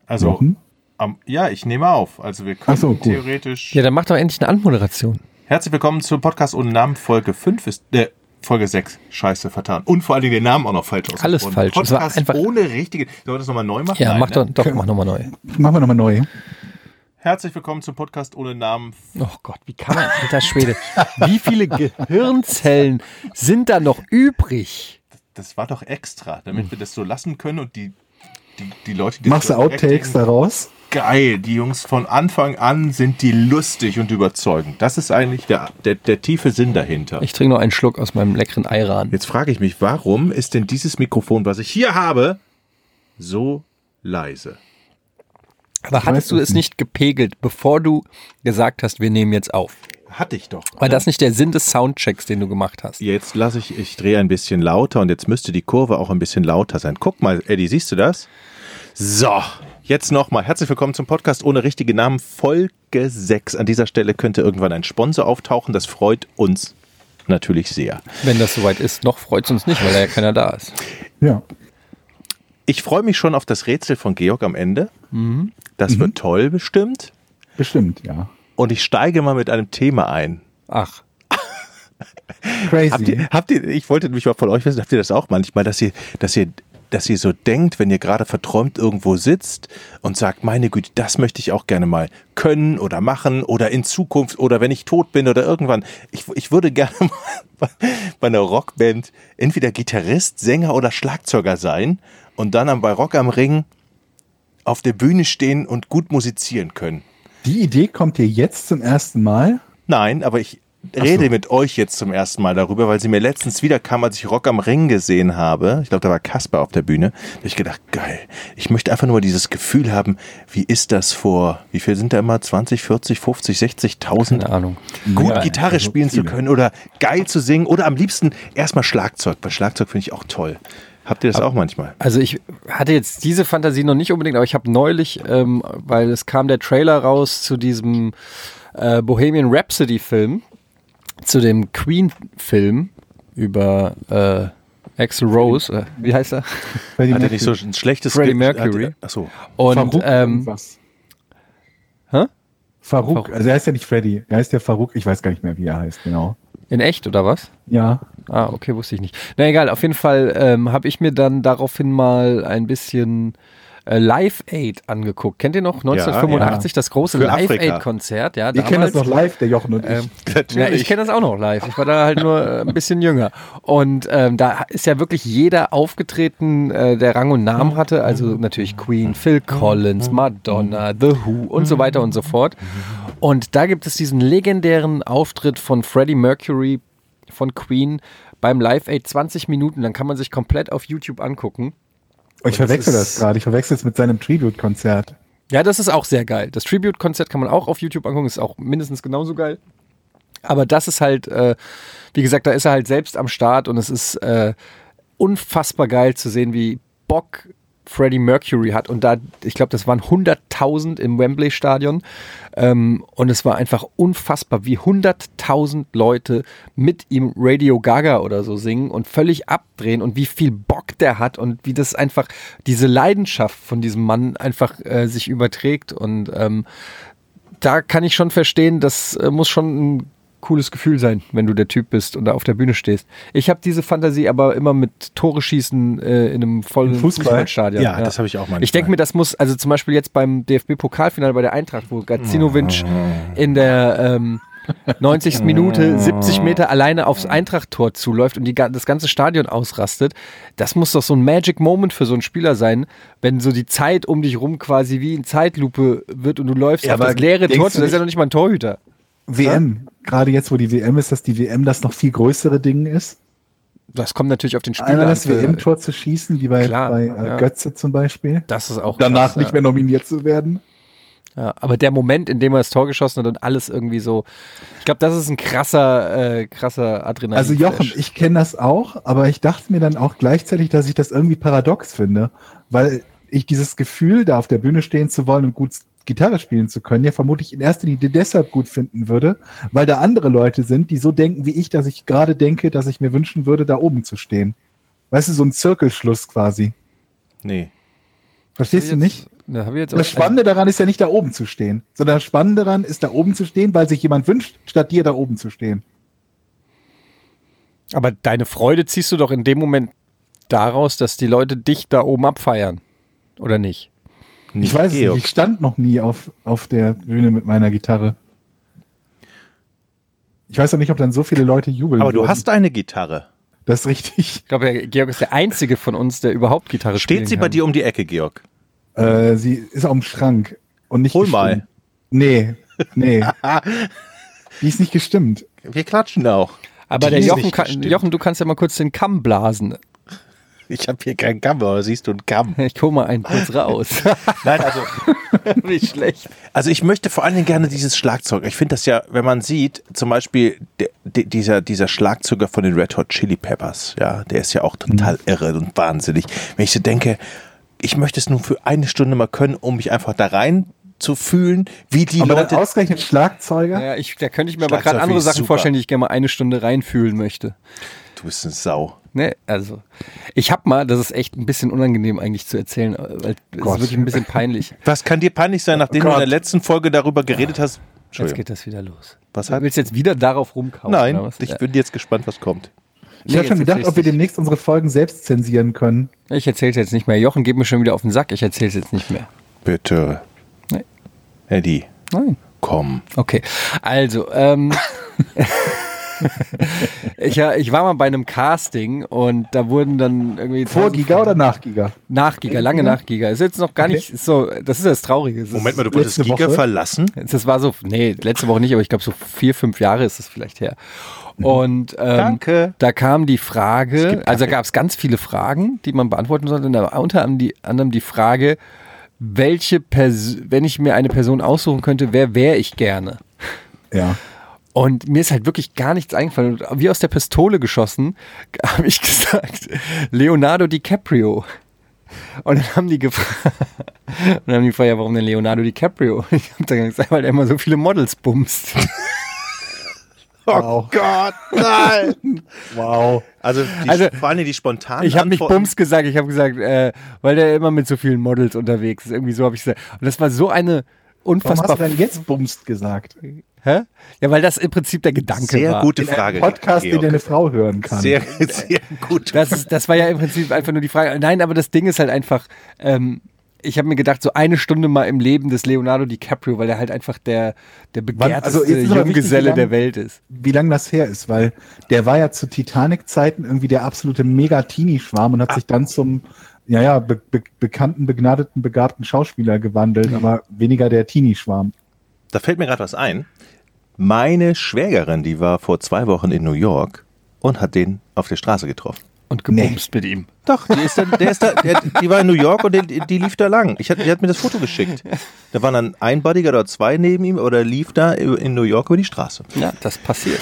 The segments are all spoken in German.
Also, ja, ich nehme auf. Also wir können theoretisch... Ja, dann mach doch endlich eine Anmoderation. Herzlich willkommen zum Podcast ohne Namen. Folge 5 ist... Folge 6. Scheiße, vertan. Und vor allen Dingen den Namen auch noch falsch ausgesprochen. Alles falsch. Podcast einfach ohne richtige... Sollen wir das nochmal neu machen? Ja, Nein, mach nochmal neu. Machen wir nochmal neu. Herzlich willkommen zum Podcast ohne Namen. Oh Gott, wie kann man, alter Schwede, wie viele Gehirnzellen sind da noch übrig? Das war doch extra, damit wir das so lassen können und die Leute, die... Machst du Outtakes daraus? Geil, die Jungs von Anfang an sind die lustig und überzeugend. Das ist eigentlich der tiefe Sinn dahinter. Ich trinke noch einen Schluck aus meinem leckeren Ayran. Jetzt frage ich mich, warum ist denn dieses Mikrofon, was ich hier habe, so leise? Aber hattest du es nicht gepegelt, bevor du gesagt hast, wir nehmen jetzt auf? Hatte ich doch. War das nicht der Sinn des Soundchecks, den du gemacht hast? Jetzt ich drehe ein bisschen lauter und jetzt müsste die Kurve auch ein bisschen lauter sein. Guck mal, Eddie, siehst du das? So, jetzt nochmal. Herzlich willkommen zum Podcast ohne richtige Namen, Folge 6. An dieser Stelle könnte irgendwann ein Sponsor auftauchen. Das freut uns natürlich sehr. Wenn das soweit ist, noch freut es uns nicht, weil da ja keiner da ist. Ja. Ich freue mich schon auf das Rätsel von Georg am Ende. Das wird toll, bestimmt. Bestimmt, ja. Und ich steige mal mit einem Thema ein. Ach. Crazy. Ich wollte nämlich mal von euch wissen, habt ihr das auch manchmal, dass ihr so denkt, wenn ihr gerade verträumt irgendwo sitzt und sagt, meine Güte, das möchte ich auch gerne mal können oder machen oder in Zukunft oder wenn ich tot bin oder irgendwann. Ich würde gerne mal bei einer Rockband entweder Gitarrist, Sänger oder Schlagzeuger sein und dann bei Rock am Ring auf der Bühne stehen und gut musizieren können. Die Idee kommt dir jetzt zum ersten Mal? Nein, aber ich rede mit euch jetzt zum ersten Mal darüber, weil sie mir letztens wieder kam, als ich Rock am Ring gesehen habe. Ich glaube, da war Kasper auf der Bühne. Da habe ich gedacht, geil. Ich möchte einfach nur dieses Gefühl haben, wie ist das vor, wie viel sind da immer? 20, 40, 50, 60.000? Keine Ahnung. Gut Ja, Gitarre also spielen viele. zu können oder geil zu singen oder am liebsten erstmal Schlagzeug. Bei Schlagzeug finde ich auch toll. Habt ihr das auch manchmal? Also ich hatte jetzt diese Fantasie noch nicht unbedingt, aber ich habe neulich, weil es kam der Trailer raus zu diesem Bohemian Rhapsody-Film, zu dem Queen-Film über Axl Rose, wie heißt er? Hat er nicht so ein schlechtes Freddie Mercury. Achso. Und Farouk irgendwas. Farouk, also er heißt ja nicht Freddy, er heißt ja Farouk, ich weiß gar nicht mehr, wie er heißt, genau. in echt oder was? Ja. Ah, okay, wusste ich nicht. Na egal, auf jeden Fall habe ich mir dann daraufhin mal ein bisschen Live Aid angeguckt. Kennt ihr noch 1985 das große Live Aid Konzert? Ja, wir kennen das noch live, der Jochen und ich. Natürlich. Ja, ich kenne das auch noch live. Ich war da halt nur ein bisschen jünger. Und da ist ja wirklich jeder aufgetreten, der Rang und Namen hatte. Also natürlich Queen, Phil Collins, Madonna, The Who und so weiter und so fort. Und da gibt es diesen legendären Auftritt von Freddie Mercury von Queen beim Live Aid 20 Minuten. Dann kann man sich komplett auf YouTube angucken. Ich verwechsel das gerade. Ich verwechsel es mit seinem Tribute-Konzert. Ja, das ist auch sehr geil. Das Tribute-Konzert kann man auch auf YouTube angucken, ist auch mindestens genauso geil. Aber das ist halt, wie gesagt, da ist er halt selbst am Start und es ist unfassbar geil zu sehen, wie Bock Freddie Mercury hat. Und da, ich glaube, das waren 100.000 im Wembley-Stadion. Und es war einfach unfassbar, wie 100.000 Leute mit ihm Radio Gaga oder so singen und völlig abdrehen und wie viel Bock der hat und wie das einfach, diese Leidenschaft von diesem Mann einfach sich überträgt. Und da kann ich schon verstehen, das muss schon ein cooles Gefühl sein, wenn du der Typ bist und da auf der Bühne stehst. Ich habe diese Fantasie aber immer mit Tore schießen in einem vollen Fußballstadion. Ja, das habe ich auch manchmal. Ich denke mir, das muss, also zum Beispiel jetzt beim DFB-Pokalfinale bei der Eintracht, wo Gacinovic in der 90. Minute 70 Meter alleine aufs Eintracht-Tor zuläuft und das ganze Stadion ausrastet. Das muss doch so ein Magic Moment für so einen Spieler sein, wenn so die Zeit um dich rum quasi wie in Zeitlupe wird und du läufst auf das leere Tor zu. Das ist ja noch nicht mal ein Torhüter. WM, gerade jetzt, wo die WM ist, dass die WM das noch viel größere Ding ist. Das kommt natürlich auf den Spieler Einmal das WM-Tor zu schießen, wie bei Götze zum Beispiel. Das ist auch danach krass, nicht mehr nominiert zu werden. Ja, aber der Moment, in dem er das Tor geschossen hat und alles irgendwie so, ich glaube, das ist ein krasser Adrenalin. Also Jochen, ich kenne das auch, aber ich dachte mir dann auch gleichzeitig, dass ich das irgendwie paradox finde, weil ich dieses Gefühl, da auf der Bühne stehen zu wollen und gut Gitarre spielen zu können, ja vermutlich in erster Linie deshalb gut finden würde, weil da andere Leute sind, die so denken wie ich, dass ich gerade denke, dass ich mir wünschen würde, da oben zu stehen. Weißt du, so ein Zirkelschluss quasi. Nee. Verstehst du nicht? Das Spannende daran ist ja nicht da oben zu stehen, sondern das Spannende daran ist da oben zu stehen, weil sich jemand wünscht, statt dir da oben zu stehen. Aber deine Freude ziehst du doch in dem Moment daraus, dass die Leute dich da oben abfeiern, oder nicht? Ich weiß es nicht, ich stand noch nie auf der Bühne mit meiner Gitarre. Ich weiß auch nicht, ob dann so viele Leute jubeln. Aber du hast eine Gitarre. Das ist richtig. Ich glaube, Georg ist der Einzige von uns, der überhaupt Gitarre spielen kann. Steht sie bei dir um die Ecke, Georg? Sie ist auch im Schrank. Und nicht Hol gestimmt. mal. Nee. Die ist nicht gestimmt. Wir klatschen auch. Aber der Jochen, du kannst ja mal kurz den Kamm blasen. Ich habe hier keinen Kamm, aber siehst du einen Kamm? Ich hol mal einen kurz raus. Nein, also Wie schlecht. Also ich möchte vor allen Dingen gerne dieses Schlagzeug. Ich finde das ja, wenn man sieht, zum Beispiel dieser Schlagzeuger von den Red Hot Chili Peppers, ja, der ist ja auch total irre und wahnsinnig. Wenn ich so denke, ich möchte es nur für eine Stunde mal können, um mich einfach da rein zu fühlen, wie die aber Leute... dann ausgerechnet Schlagzeuger? Ja, da könnte ich mir aber gerade andere Sachen vorstellen, die ich gerne mal eine Stunde reinfühlen möchte. Du bist eine Sau. Ne, also ich habe mal, das ist echt ein bisschen unangenehm eigentlich zu erzählen, weil es ist wirklich ein bisschen peinlich. Was kann dir peinlich sein, nachdem du in der letzten Folge darüber geredet hast? Jetzt geht das wieder los. Was Du willst jetzt wieder darauf rumkauen? Nein, oder was? ich bin jetzt gespannt, was kommt. Ich habe schon gedacht, ob wir demnächst unsere Folgen selbst zensieren können. Ich erzähl's jetzt nicht mehr. Jochen geht mir schon wieder auf den Sack. Ich erzähl's jetzt nicht mehr. Bitte. Nein. Eddie. Nein. Komm. Okay, also ich war mal bei einem Casting und da wurden dann irgendwie... Vor Giga oder nach Giga? Nach Giga, lange nach Giga. Ist jetzt noch gar nicht so, das ist das Traurige. Moment mal, du wolltest Giga verlassen? Das war so, nee, letzte Woche nicht, aber ich glaube so 4-5 Jahre ist es vielleicht her. Und Danke. Da kam die Frage, also da gab es ganz viele Fragen, die man beantworten sollte, unter anderem die Frage, wenn ich mir eine Person aussuchen könnte, wer wäre ich gerne? Ja. Und mir ist halt wirklich gar nichts eingefallen. Wie aus der Pistole geschossen, habe ich gesagt, Leonardo DiCaprio. Und dann haben die gefragt, ja, warum denn Leonardo DiCaprio? Ich habe dann gesagt, weil er immer so viele Models bumst. Oh Gott, nein! Wow. Also vor allem die spontanen Ich habe nicht Bums gesagt, ich habe gesagt, weil der immer mit so vielen Models unterwegs ist. Irgendwie so habe ich gesagt. Und das war so eine unfassbar... Warum hast du denn jetzt Bumst gesagt? Hä? Ja, weil das im Prinzip der Gedanke sehr war. Gute Frage. Ein Podcast, Georg. den deine Frau hören kann. Sehr gut. Das war ja im Prinzip einfach nur die Frage. Nein, aber das Ding ist halt einfach... ich habe mir gedacht, so eine Stunde mal im Leben des Leonardo DiCaprio, weil er halt einfach der begehrteste Junggeselle der Welt ist. Wie lange das her ist, weil der war ja zu Titanic-Zeiten irgendwie der absolute Mega-Teenie-Schwarm und hat sich dann zum bekannten, begnadeten, begabten Schauspieler gewandelt, aber weniger der Teenie-Schwarm. Da fällt mir gerade was ein. Meine Schwägerin, die war vor 2 Wochen in New York und hat den auf der Straße getroffen. Und gebumst mit ihm. Doch, die war in New York und die lief da lang. Die hat mir das Foto geschickt. Da waren dann ein Bodyguard oder 2 neben ihm oder lief da in New York über die Straße. Ja, das passiert.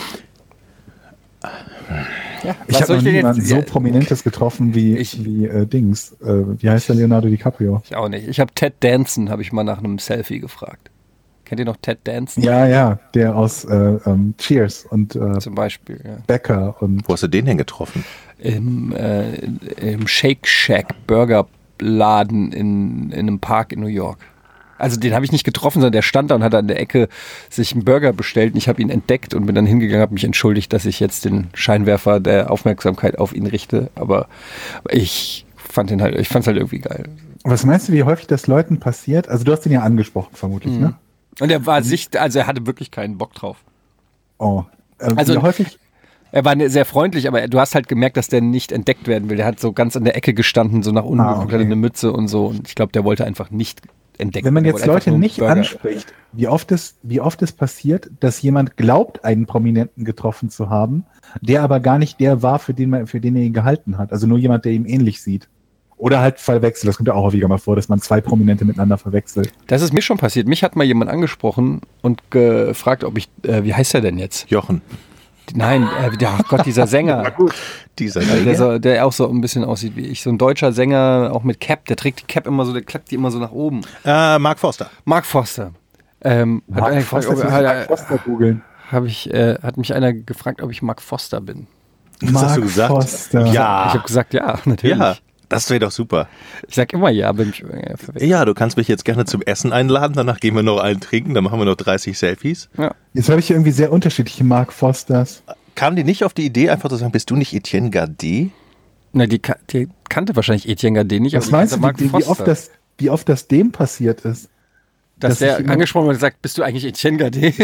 Ja, ich habe noch niemanden so Prominentes getroffen wie Dings. Wie heißt der Leonardo DiCaprio? Ich auch nicht. Ich habe Ted Danson, habe ich mal nach einem Selfie gefragt. Kennt ihr noch Ted Danson? Ja, der aus Cheers und zum Beispiel, ja. Becker. Und wo hast du den denn getroffen? Im Shake Shack Burgerladen in einem Park in New York. Also den habe ich nicht getroffen, sondern der stand da und hat an der Ecke sich einen Burger bestellt und ich habe ihn entdeckt und bin dann hingegangen, habe mich entschuldigt, dass ich jetzt den Scheinwerfer der Aufmerksamkeit auf ihn richte, aber ich fand's halt irgendwie geil. Was meinst du, wie häufig das Leuten passiert? Also du hast ihn ja angesprochen, vermutlich, ne? Und er war er hatte wirklich keinen Bock drauf. Oh, also wie häufig? Er war sehr freundlich, aber du hast halt gemerkt, dass der nicht entdeckt werden will. Der hat so ganz an der Ecke gestanden, so nach unten geguckt, hatte eine Mütze und so. Und ich glaube, der wollte einfach nicht entdeckt werden. Wenn man jetzt Leute nicht anspricht, wie oft es passiert, dass jemand glaubt, einen Prominenten getroffen zu haben, der aber gar nicht der war, für den er ihn gehalten hat. Also nur jemand, der ihm ähnlich sieht. Oder halt verwechselt. Das kommt ja auch häufiger mal vor, dass man 2 Prominente miteinander verwechselt. Das ist mir schon passiert. Mich hat mal jemand angesprochen und gefragt, ob ich, wie heißt er denn jetzt? Jochen. Nein, dieser Sänger. Na gut. Dieser Sänger. Der auch so ein bisschen aussieht wie ich. So ein deutscher Sänger, auch mit Cap. Der trägt die Cap immer so, der klappt die immer so nach oben. Mark Foster. Mark Foster. Mark Foster googeln. Hat mich einer gefragt, ob ich Mark Foster bin. Was hast du gesagt? Foster. Ja. Ich habe gesagt, ja, natürlich. Ja. Das wäre doch super. Ich sag immer ja, bin ich Ja, du kannst mich jetzt gerne zum Essen einladen, danach gehen wir noch einen trinken, dann machen wir noch 30 Selfies. Ja. Jetzt habe ich hier irgendwie sehr unterschiedliche Mark Fosters. Kam die nicht auf die Idee, einfach zu sagen, bist du nicht Etienne Gardet? Na, die kannte wahrscheinlich Etienne Gardet nicht. Was aber die meinst du, kannte Mark Foster. wie oft das dem passiert ist? Dass der ich immer- angesprochen wird und sagt, bist du eigentlich Etienne Gardet?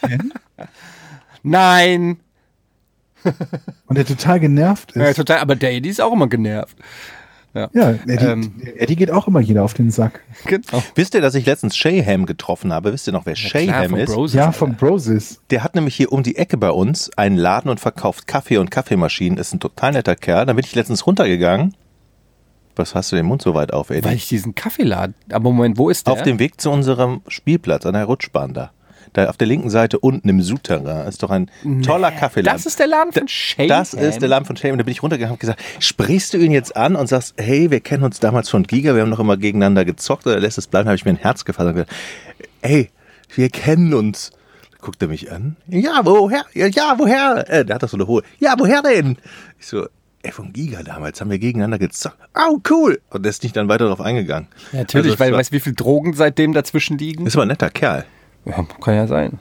Nein! Und der total genervt ist. Ja, total, aber der Eddie ist auch immer genervt. Ja, Eddie geht auch immer jeder auf den Sack. Genau. Wisst ihr, dass ich letztens Shayham getroffen habe? Wisst ihr noch, wer Shayham ist? Ja, von Broses. Der hat nämlich hier um die Ecke bei uns einen Laden und verkauft Kaffee und Kaffeemaschinen. Ist ein total netter Kerl. Da bin ich letztens runtergegangen. Was hast du den Mund so weit auf, Eddie? Weil ich diesen Kaffeeladen. Aber Moment, wo ist der? Auf dem Weg zu unserem Spielplatz an der Rutschbahn da. Da auf der linken Seite unten im Souterrain ist doch ein toller Kaffeeladen. Das ist der Laden von Shayham. Das ist der Laden von Shayham. Und da bin ich runtergegangen und habe gesagt, sprichst du ihn jetzt an und sagst, hey, wir kennen uns damals von Giga, wir haben noch immer gegeneinander gezockt oder lässt es bleiben, habe ich mir ein Herz gefasst und gesagt, hey, wir kennen uns. Da guckt er mich an. Ja, woher? Ja, woher? Der hat das so eine hohe. Ja, woher denn? Ich so, ey, von Giga damals haben wir gegeneinander gezockt. Oh, cool. Und der ist nicht dann weiter darauf eingegangen. Ja, natürlich, Also, weil du das weißt, wie viele Drogen seitdem dazwischen liegen? ist aber ein netter Kerl. Ja, kann ja sein.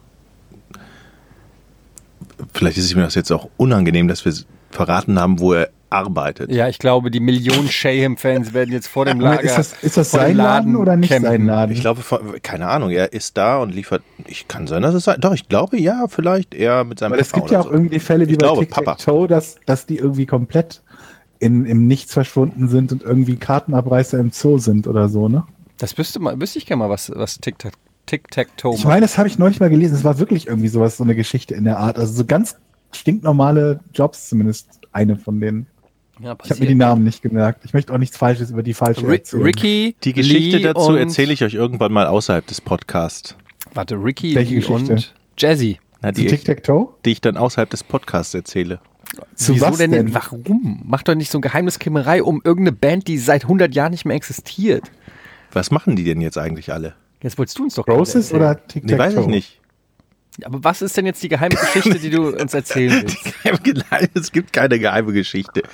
Vielleicht ist es mir das jetzt auch unangenehm, dass wir verraten haben, wo er arbeitet. Ja, ich glaube, die Millionen Shayham-Fans werden jetzt vor dem Lager. Ist das vor dem sein Laden oder nicht campen. sein Laden? Ich glaube, keine Ahnung, er ist da und liefert. Ich kann sein, dass es sein. Doch, ich glaube, ja, vielleicht er mit seinem Weil es Papa gibt ja oder auch so. irgendwie Fälle wie Ich bei glaube, Tic-Tac-Toe, dass die irgendwie komplett im Nichts verschwunden sind und irgendwie Kartenabreißer im Zoo sind oder so, ne? Das wüsste ich gerne mal, was Tic-Tac-Toe Ich meine, das habe ich neulich mal gelesen. Es war wirklich irgendwie sowas, so eine Geschichte in der Art. Also so ganz stinknormale Jobs, zumindest eine von denen. Ja, Ich habe mir die Namen nicht gemerkt. Ich möchte auch nichts Falsches über die falsche erzählen. Ricky, Die Geschichte Lee dazu und, erzähle ich euch irgendwann mal außerhalb des Podcasts. Warte, Ricky, Welche Lee Geschichte? und Jazzy. Na, Zu die, Tic-Tac-Toe? die ich dann außerhalb des Podcasts erzähle. Zu Wieso was denn? Warum? Mach doch nicht so eine Geheimniskrämerei um irgendeine Band, die seit 100 Jahren nicht mehr existiert. Was machen die denn jetzt eigentlich alle? Jetzt wolltest du uns doch gerade Roses erzählen. oder Nee, Tic-Tac-Toe? weiß ich nicht. Aber was ist denn jetzt die geheime Geschichte, die du uns erzählen willst? Es gibt keine geheime Geschichte.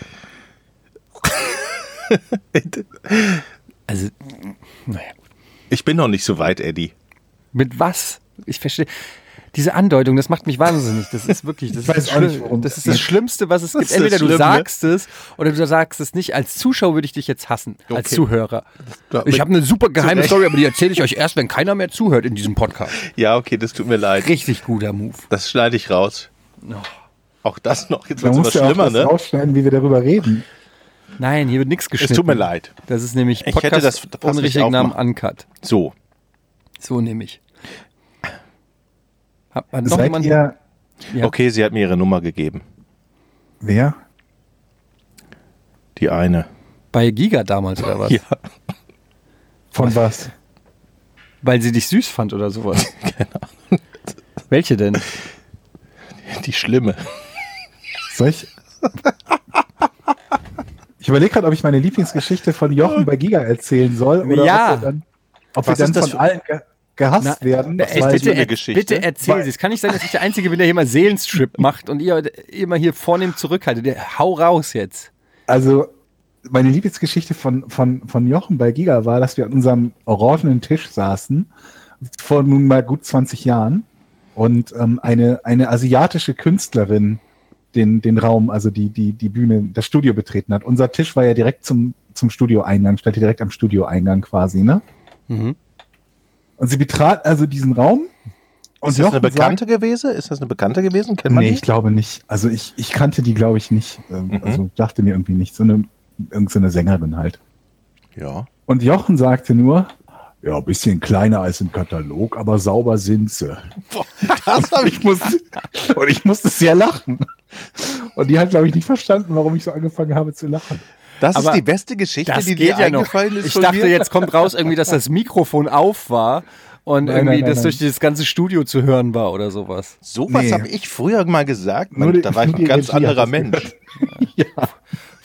Also, naja. Ich bin noch nicht so weit, Eddie. Mit was? Ich verstehe. Diese Andeutung, das macht mich wahnsinnig. Das ist wirklich, das, Ich weiß ist, auch nicht, worum das es ist das geht. Schlimmste, was es gibt. ist das Entweder du Schlimme. sagst es oder du sagst es nicht. Als Zuschauer würde ich dich jetzt hassen, als Okay. Zuhörer. Ja, Ich habe eine super geheime Recht. Story, aber die erzähle ich euch erst, wenn keiner mehr zuhört in diesem Podcast. Ja, okay, das tut mir leid. Richtig guter Move. Das schneide ich raus. Auch das noch. Jetzt Man wird es muss immer ja auch schlimmer, das ne? rausschneiden, wie wir darüber reden. Nein, hier wird nichts geschnitten. Es tut mir leid. Das ist nämlich Ich Podcast hätte das fast ohne nicht richtigen Namen aufmachen. Uncut. So. So nehme ich. Hat man noch Seid jemanden? ihr, Ja. Okay, sie hat mir ihre Nummer gegeben. wer? Die eine. Bei Giga damals oder was? Ja. Von was? Weil sie dich süß fand oder sowas. Genau. Welche denn? Die Schlimme. Soll ich? Ich überlege gerade, ob ich meine Lieblingsgeschichte von Jochen bei Giga erzählen soll oder Ja. ob wir Was dann ist das von allen gehasst Na, werden. Echt, weil- so eine Geschichte? bitte erzähl sie. Es kann nicht sein, dass ich der Einzige bin, der hier mal Seelenstrip macht und ihr immer hier vornehm zurückhaltet. Hau raus jetzt. Also, meine Lieblingsgeschichte von Jochen bei Giga war, dass wir an unserem orangenen Tisch saßen, vor nun mal gut 20 Jahren, und eine asiatische Künstlerin den Raum, also die Bühne, das Studio betreten hat. Unser Tisch war ja direkt zum Studioeingang, stand ja direkt am Studioeingang quasi, ne? Mhm. Und sie betrat also diesen Raum. Und Ist das eine Jochen Bekannte gewesen? Ist das eine Bekannte gewesen? Kennt man Nee, die? ich glaube nicht. Also ich kannte die, glaube ich, nicht. Also dachte mir irgendwie nicht. Irgend so eine Sängerin halt. Ja. Und Jochen sagte nur, ja, ein bisschen kleiner als im Katalog, aber sauber sind sie. Das habe ich. Ich musste sehr lachen. Und die hat, glaube ich, nicht verstanden, warum ich so angefangen habe zu lachen. Das ist Aber die beste Geschichte, Das die geht dir ja noch. eingefallen ist. Ich von dachte, mir? jetzt kommt raus irgendwie, dass das Mikrofon auf war und Nein, irgendwie nein, das nein. durch das ganze Studio zu hören war oder sowas. Sowas Nee. habe ich früher mal gesagt. Nur Da war ich nur ein die ganz Regie anderer hat das Mensch. ja.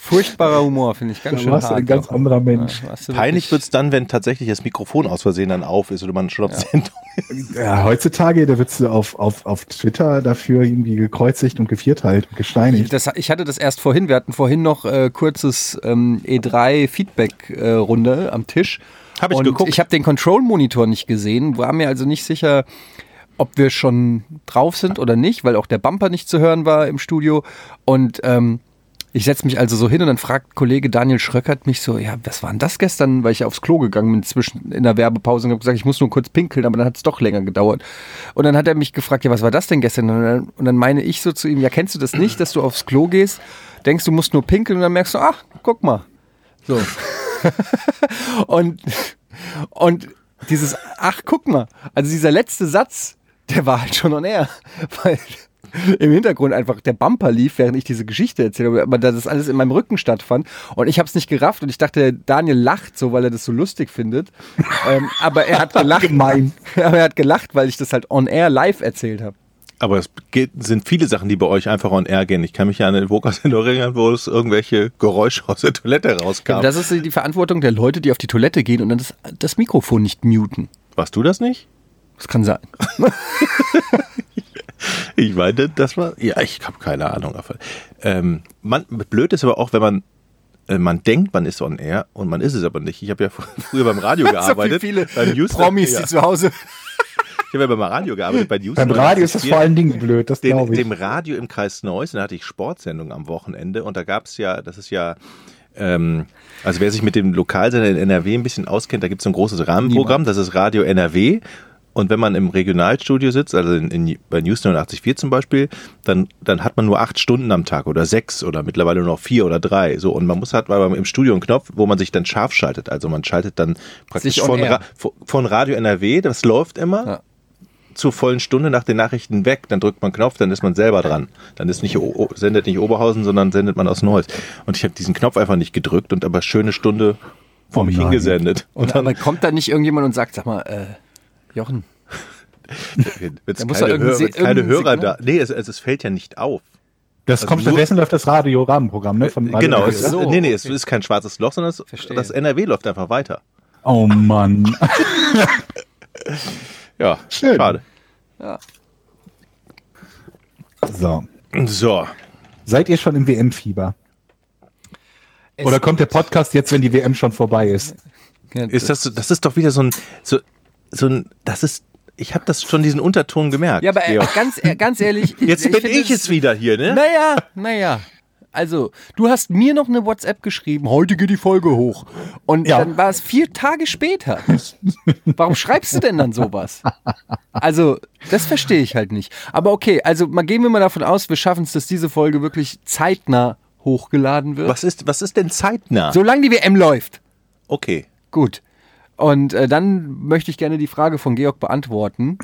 Furchtbarer Humor, finde ich ganz schön warst hart. ein ganz anderer Mensch. Ja, warst du Peinlich wirklich- wird es dann, wenn tatsächlich das Mikrofon aus Versehen dann auf ist oder man schon auf Sendung ist. Ja, heutzutage, da wirst du auf Twitter dafür irgendwie gekreuzigt und gevierteilt und gesteinigt. Ich hatte das erst vorhin. Wir hatten vorhin noch kurzes E3-Feedback-Runde am Tisch. Hab ich und geguckt. Ich habe den Control-Monitor nicht gesehen. War mir also nicht sicher, ob wir schon drauf sind oder nicht, weil auch der Bumper nicht zu hören war im Studio. Und ich setze mich also so hin und dann fragt Kollege Daniel Schröckert mich so, ja, was war denn das gestern? Weil ich aufs Klo gegangen bin in der Werbepause und habe gesagt, ich muss nur kurz pinkeln, aber dann hat es doch länger gedauert. Und dann hat er mich gefragt, ja, was war das denn gestern? Und dann meine ich so zu ihm, ja, kennst du das nicht, dass du aufs Klo gehst, denkst, du musst nur pinkeln und dann merkst du, ach, guck mal. So. und dieses, ach, guck mal, also dieser letzte Satz, der war halt schon on air, weil im Hintergrund einfach der Bumper lief, während ich diese Geschichte erzählt habe, aber das alles in meinem Rücken stattfand und ich habe es nicht gerafft und ich dachte, Daniel lacht so, weil er das so lustig findet, aber er hat gelacht. Gemein. Aber er hat gelacht, weil ich das halt on air live erzählt habe. Aber es sind viele Sachen, die bei euch einfach on air gehen. Ich kann mich ja an eine Vokas-Sendung erinnern, wo es irgendwelche Geräusche aus der Toilette rauskam. Ja, das ist die Verantwortung der Leute, die auf die Toilette gehen und dann das Mikrofon nicht muten. Warst du das nicht? Das kann sein. Ich meine, das war. Ja, ich habe keine Ahnung. Blöd ist aber auch, wenn man denkt, man ist on air und man ist es aber nicht. Ich habe ja früher beim Radio gearbeitet. So viele beim News Promis, ja. die zu Hause. Ich habe ja beim Radio gearbeitet, bei News. Beim Radio ist das vor allen Dingen blöd, das glaube ich. Dem Radio im Kreis Neuss, da hatte ich Sportsendungen am Wochenende und da gab es ja, das ist ja, also wer sich mit dem Lokalsender in NRW ein bisschen auskennt, da gibt es so ein großes Rahmenprogramm, das ist Radio NRW. Und wenn man im Regionalstudio sitzt, also bei News 89.4 zum Beispiel, dann hat man nur 8 Stunden am Tag oder 6 oder mittlerweile nur noch 4 oder 3. So, und man hat im Studio einen Knopf, wo man sich dann scharf schaltet. Also man schaltet dann praktisch von Radio NRW, das läuft immer, ja, zur vollen Stunde nach den Nachrichten weg. Dann drückt man einen Knopf, dann ist man selber dran. Dann ist sendet nicht Oberhausen, sondern sendet man aus Neuss. Und ich habe diesen Knopf einfach nicht gedrückt und aber schöne Stunde vor mich hingesendet. Und dann aber kommt da nicht irgendjemand und sagt, sag mal, Jochen, wird muss da keine Hörer Signal? da. Nee, es fällt ja nicht auf. Das kommt stattdessen läuft das Radio-Rahmenprogramm, ne? Von Radio Genau, NRW. es ist kein schwarzes Loch, sondern das NRW läuft einfach weiter. Oh Mann. Ja, Schön. schade. Ja. So. Seid ihr schon im WM-Fieber? Oder kommt der Podcast jetzt, wenn die WM schon vorbei ist? Ist das ist doch wieder so ein ich habe das schon diesen Unterton gemerkt. Ja, aber Georg. ganz ehrlich. Jetzt bin finde ich es wieder hier, ne? Naja. Also, du hast mir noch eine WhatsApp geschrieben, heute geht die Folge hoch. Und dann war es 4 Tage später. Warum schreibst du denn dann sowas? Also, das verstehe ich halt nicht. Aber okay, also gehen wir mal davon aus, wir schaffen es, dass diese Folge wirklich zeitnah hochgeladen wird. Was ist denn zeitnah? Solange die WM läuft. Okay. Gut. Und dann möchte ich gerne die Frage von Georg beantworten.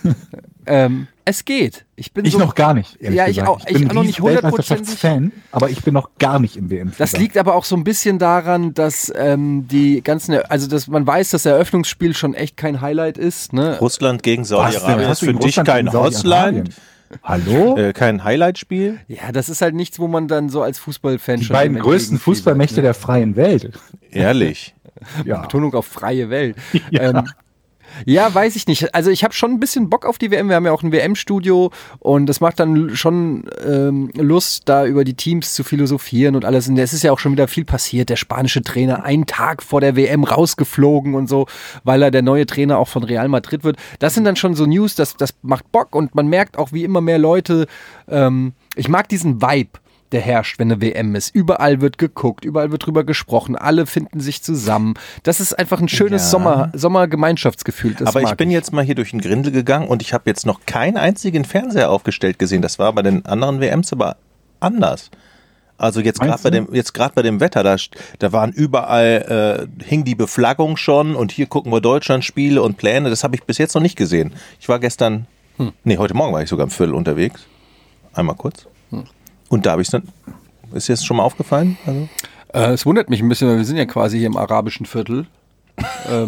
Es geht. Ich noch gar nicht, ehrlich Ja, gesagt. ich auch noch nicht 100%. Fan, aber ich bin noch gar nicht im WM-Fieber. Das liegt aber auch so ein bisschen daran, dass die ganzen, also dass man weiß, dass das Eröffnungsspiel schon echt kein Highlight ist. Ne? Russland gegen Saudi-Arabien Was ist denn? für dich kein Russland, Hallo? kein Highlight-Spiel. Ja, das ist halt nichts, wo man dann so als Fußballfan Die schon beiden dem größten entgegenfiebert, Fußballmächte ne? der freien Welt. Ehrlich. Ja. Betonung auf freie Welt. Ja. Ja, weiß ich nicht. Also ich habe schon ein bisschen Bock auf die WM. Wir haben ja auch ein WM-Studio und das macht dann schon Lust, da über die Teams zu philosophieren und alles. Und es ist ja auch schon wieder viel passiert. Der spanische Trainer einen Tag vor der WM rausgeflogen und so, weil er der neue Trainer auch von Real Madrid wird. Das sind dann schon so News, das macht Bock und man merkt auch, wie immer mehr Leute, ich mag diesen Vibe, der herrscht, wenn eine WM ist. Überall wird geguckt, überall wird drüber gesprochen, alle finden sich zusammen. Das ist einfach ein schönes Sommergemeinschaftsgefühl. Aber ich bin jetzt mal hier durch den Grindel gegangen und ich habe jetzt noch keinen einzigen Fernseher aufgestellt gesehen. Das war bei den anderen WMs aber anders. Also jetzt gerade bei dem Wetter, da waren überall, hing die Beflaggung schon und hier gucken wir Deutschland-Spiele und Pläne. Das habe ich bis jetzt noch nicht gesehen. Ich war gestern, heute Morgen war ich sogar im Viertel unterwegs. Einmal kurz. Und da habe ich es dann, ist dir das schon mal aufgefallen? Also? Es wundert mich ein bisschen, weil wir sind ja quasi hier im arabischen Viertel,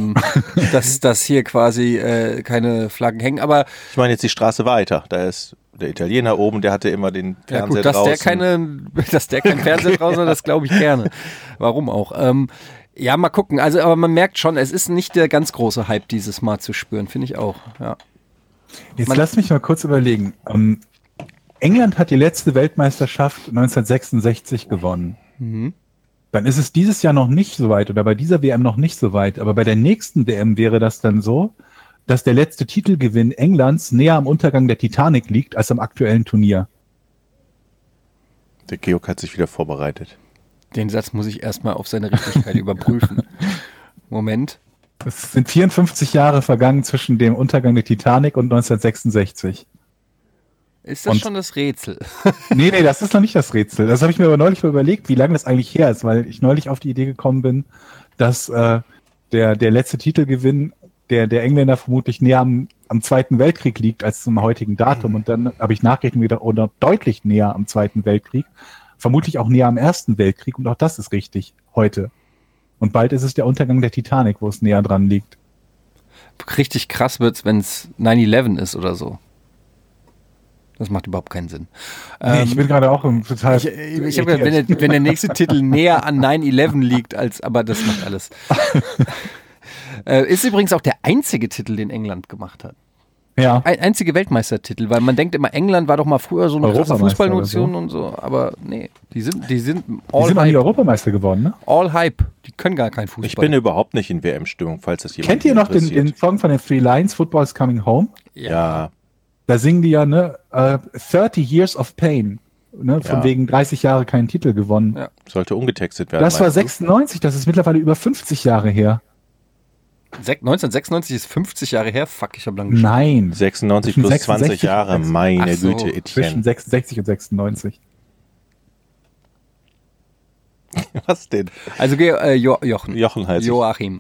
dass hier quasi keine Flaggen hängen. Aber Ich meine jetzt die Straße weiter, da ist Der Italiener oben, der hatte immer den Fernseher dass draußen. dass der kein Fernseher draußen hat, das glaube ich gerne. Warum auch? Ja, mal gucken. Also, aber man merkt schon, es ist nicht der ganz große Hype dieses Mal zu spüren, finde ich auch. Ja. Jetzt lass mich mal kurz überlegen. England hat die letzte Weltmeisterschaft 1966 gewonnen. Dann ist es dieses Jahr noch nicht so weit oder bei dieser WM noch nicht so weit. Aber bei der nächsten WM wäre das dann so, dass der letzte Titelgewinn Englands näher am Untergang der Titanic liegt als am aktuellen Turnier. Der Georg hat sich wieder vorbereitet. Den Satz muss ich erstmal auf seine Richtigkeit überprüfen. Moment. Es sind 54 Jahre vergangen zwischen dem Untergang der Titanic und 1966. Ist das schon das Rätsel? Nee, das ist noch nicht das Rätsel. Das habe ich mir aber neulich mal überlegt, wie lange das eigentlich her ist, weil ich neulich auf die Idee gekommen bin, dass der letzte Titelgewinn der Engländer vermutlich näher am Zweiten Weltkrieg liegt als zum heutigen Datum. Und dann habe ich nachgerechnet wieder, oder deutlich näher am Zweiten Weltkrieg. Vermutlich auch näher am Ersten Weltkrieg. Und auch das ist richtig, heute. Und bald ist es der Untergang der Titanic, wo es näher dran liegt. Richtig krass wird's, wenn es 9/11 ist oder so. Das macht überhaupt keinen Sinn. Nee, ich bin gerade auch total... Ich habe gedacht, wenn der nächste Titel näher an 9/11 liegt, aber das macht alles. Ist übrigens auch der einzige Titel, den England gemacht hat. Ja. Einzige Weltmeistertitel, weil man denkt immer, England war doch mal früher so eine krasse Fußballnation und so, aber nee, die sind all Hype. Die Europameister geworden, ne? All Hype, die können gar keinen Fußball. Ich bin überhaupt nicht in WM-Stimmung, falls das jemand Kennt ihr noch den Song von den Three Lions, Football's Coming Home? Ja. Da singen die ja, 30 Years of Pain, von wegen 30 Jahre keinen Titel gewonnen. Ja. Sollte umgetextet werden. Das war 96, das ist mittlerweile über 50 Jahre her. 1996 ist 50 Jahre her? Fuck, ich habe lange geschaut. Nein. 96 plus 20 Jahre, meine Güte, Etienne. Zwischen 66 und 96. Was denn? Also Jochen. Jochen heißt Joachim.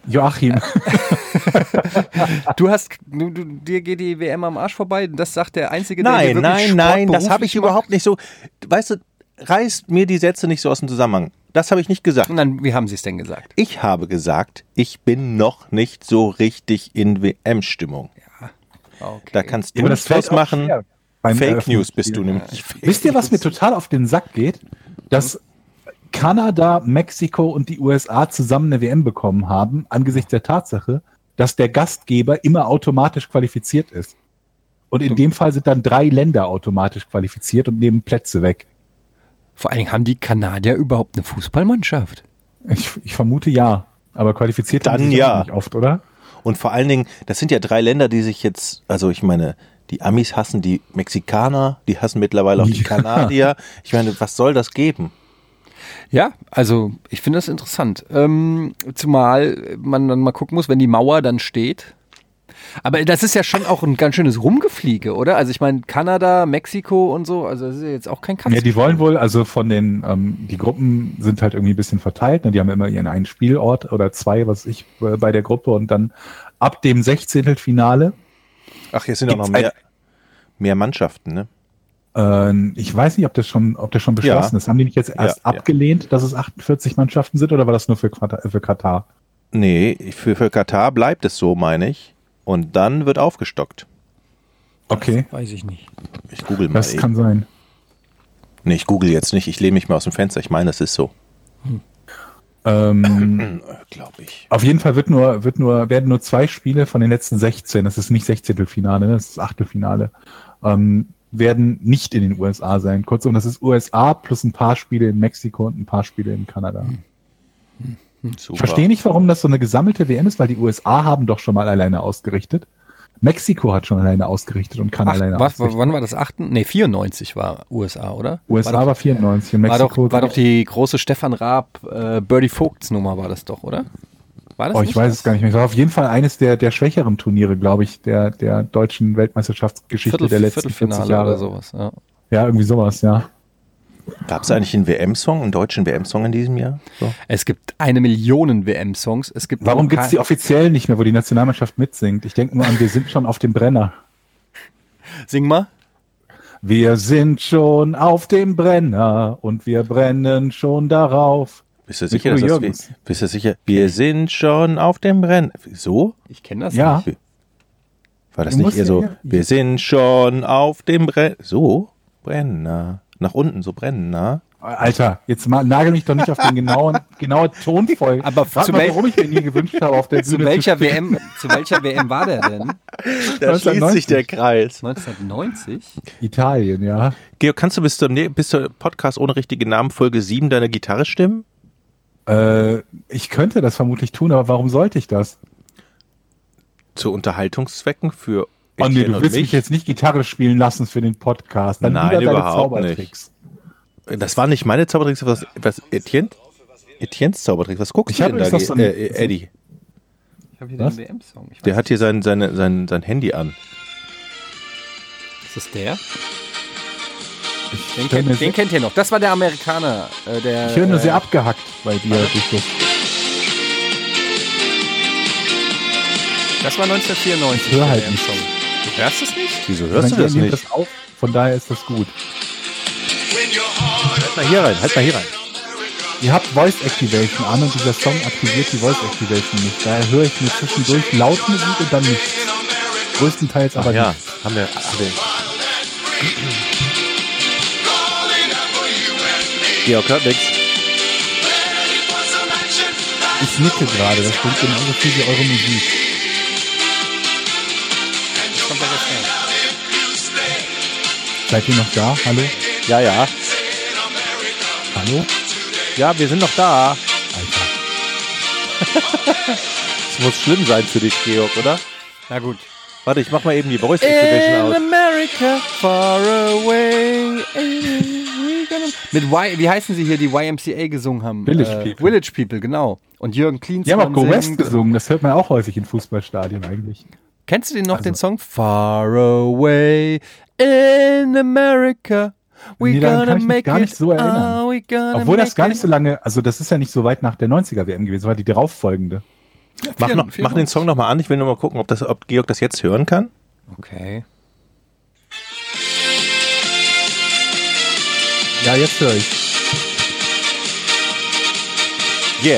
Dir geht die WM am Arsch vorbei? Das sagt der Einzige, der dir wirklich Nein, das habe ich macht? überhaupt nicht so. Weißt du, reißt mir die Sätze nicht so aus dem Zusammenhang. Das habe ich nicht gesagt. Und dann, wie haben Sie es denn gesagt? Ich habe gesagt, ich bin noch nicht so richtig in WM-Stimmung. Ja, okay. Da kannst du das draus machen. Fake News bist du nämlich. Wisst ihr, was mir total auf den Sack geht? Dass Kanada, Mexiko und die USA zusammen eine WM bekommen haben, angesichts der Tatsache, dass der Gastgeber immer automatisch qualifiziert ist. Und in dem Fall sind dann 3 Länder automatisch qualifiziert und nehmen Plätze weg. Vor allen Dingen haben die Kanadier überhaupt eine Fußballmannschaft? Ich vermute ja, aber qualifiziert dann haben sie ja nicht oft, oder? Und vor allen Dingen, das sind ja 3 Länder, die sich jetzt, also ich meine, die Amis hassen die Mexikaner, die hassen mittlerweile auch die Kanadier. Ich meine, was soll das geben? Ja, also ich finde das interessant. Zumal man dann mal gucken muss, wenn die Mauer dann steht. Aber das ist ja schon auch ein ganz schönes Rumgefliege, oder? Also ich meine, Kanada, Mexiko und so, also das ist ja jetzt auch kein Kampf. Ja, die wollen wohl, also von den, die Gruppen sind halt irgendwie ein bisschen verteilt, ne? Die haben immer ihren einen Spielort oder 2, bei der Gruppe und dann ab dem 16. Ach, hier sind auch noch mehr Mannschaften, ne? Ich weiß nicht, ob das schon beschlossen ist. Haben die nicht jetzt erst abgelehnt, dass es 48 Mannschaften sind, oder war das nur für Katar? Nee, für Katar bleibt es so, meine ich. Und dann wird aufgestockt. Okay. Das weiß ich nicht. Ich google mal. Das kann sein. Nee, ich google jetzt nicht. Ich lehne mich mal aus dem Fenster. Ich meine, das ist so. Glaube ich. Auf jeden Fall werden nur 2 Spiele von den letzten 16, das ist nicht 16. Finale, das ist 8. Finale, werden nicht in den USA sein. Kurzum, das ist USA plus ein paar Spiele in Mexiko und ein paar Spiele in Kanada. Super. Ich verstehe nicht, warum das so eine gesammelte WM ist, weil die USA haben doch schon mal alleine ausgerichtet. Mexiko hat schon alleine ausgerichtet und kann alleine ausrichten. Wann war das? 94 war USA, oder? USA war 94 und Mexiko... War doch die große Stefan Raab Birdie Vogts Nummer, war das doch, oder? War das ich weiß es gar nicht mehr. Das war auf jeden Fall eines der schwächeren Turniere, glaube ich, der deutschen Weltmeisterschaftsgeschichte der letzten 40 Jahre. Oder sowas, ja. Ja, irgendwie sowas, ja. Gab es eigentlich einen WM-Song, einen deutschen WM-Song in diesem Jahr? So. Es gibt 1 Million WM-Songs. Warum gibt es die offiziellen nicht mehr, wo die Nationalmannschaft mitsingt? Ich denke nur an, wir sind schon auf dem Brenner. Sing mal. Wir sind schon auf dem Brenner und wir brennen schon darauf. Bist du sicher, Wir sind schon auf dem Brenner. So? Ich kenne das nicht. War das Du nicht musst eher so, ja- wir sind schon auf dem Brenner, nach unten, so Brenner. Alter, jetzt mal, nagel mich doch nicht auf den genaue Tonfolge. Aber Frag zu mal, wel- warum ich mir nie gewünscht habe, auf der Zu Bühne welcher WM war der denn? Da schließt 1990. sich der Kreis. 1990? Italien, ja. Georg, kannst du bis zur Podcast ohne richtige Namen Folge 7 deine Gitarre stimmen? Ich könnte das vermutlich tun, aber warum sollte ich das? Zu Unterhaltungszwecken für Oh nee, Etienne du und willst mich mich? jetzt nicht Gitarre spielen lassen für den Podcast. Dann Nein, lieber deine überhaupt Zaubertricks. Das war nicht meine Zaubertricks, was Etiennes Zaubertricks. Was guckst Ich du habe denn da, übrigens noch so ein- Eddie? Ich habe hier Was? den WM-Song. Ich weiß Der hat hier sein Handy an. nicht. Ist das der? Ich höre nur Den kennt ihr noch. Das war der Amerikaner. ich höre nur sehr abgehackt bei dir. durch das. Das war 1994. Ich höre der halt WM-Song. Du hörst es nicht? Wieso hörst du das nimmt nicht? das auf, von daher ist das gut. Halt mal hier rein. Ihr habt Voice Activation an und dieser Song aktiviert die Voice Activation nicht. Daher höre ich mir zwischendurch laut Musik und dann nichts. Größtenteils aber Ja, nicht. haben wir. Georg hört nix. Ich nicke gerade, das klingt genauso viel wie eure Musik. Das kommt der Refrain. Seid ihr noch da? Hallo? Ja. Hallo? Ja, wir sind noch da. Alter. Es muss schlimm sein für dich, Georg, oder? Na gut. Warte, ich mach mal eben die Voice Activation aus. America, far away. Wie heißen sie hier, die YMCA gesungen haben? Village People. Village People, genau. Und Jürgen Die haben Klinsmann auch Go West singt. gesungen, das hört man auch häufig in Fußballstadien eigentlich. Kennst du den noch, Also- den Song? Far away in America. We Nee, daran gonna kann ich mich make gar it. nicht so erinnern. Oh, we gonna Obwohl das make gar it. nicht so lange, also das ist ja nicht so weit nach der 90er WM gewesen, war die darauffolgende. Mach den Song nochmal an. Ich will nur mal gucken, ob Georg das jetzt hören kann. Okay. Ja, jetzt höre ich. Yeah.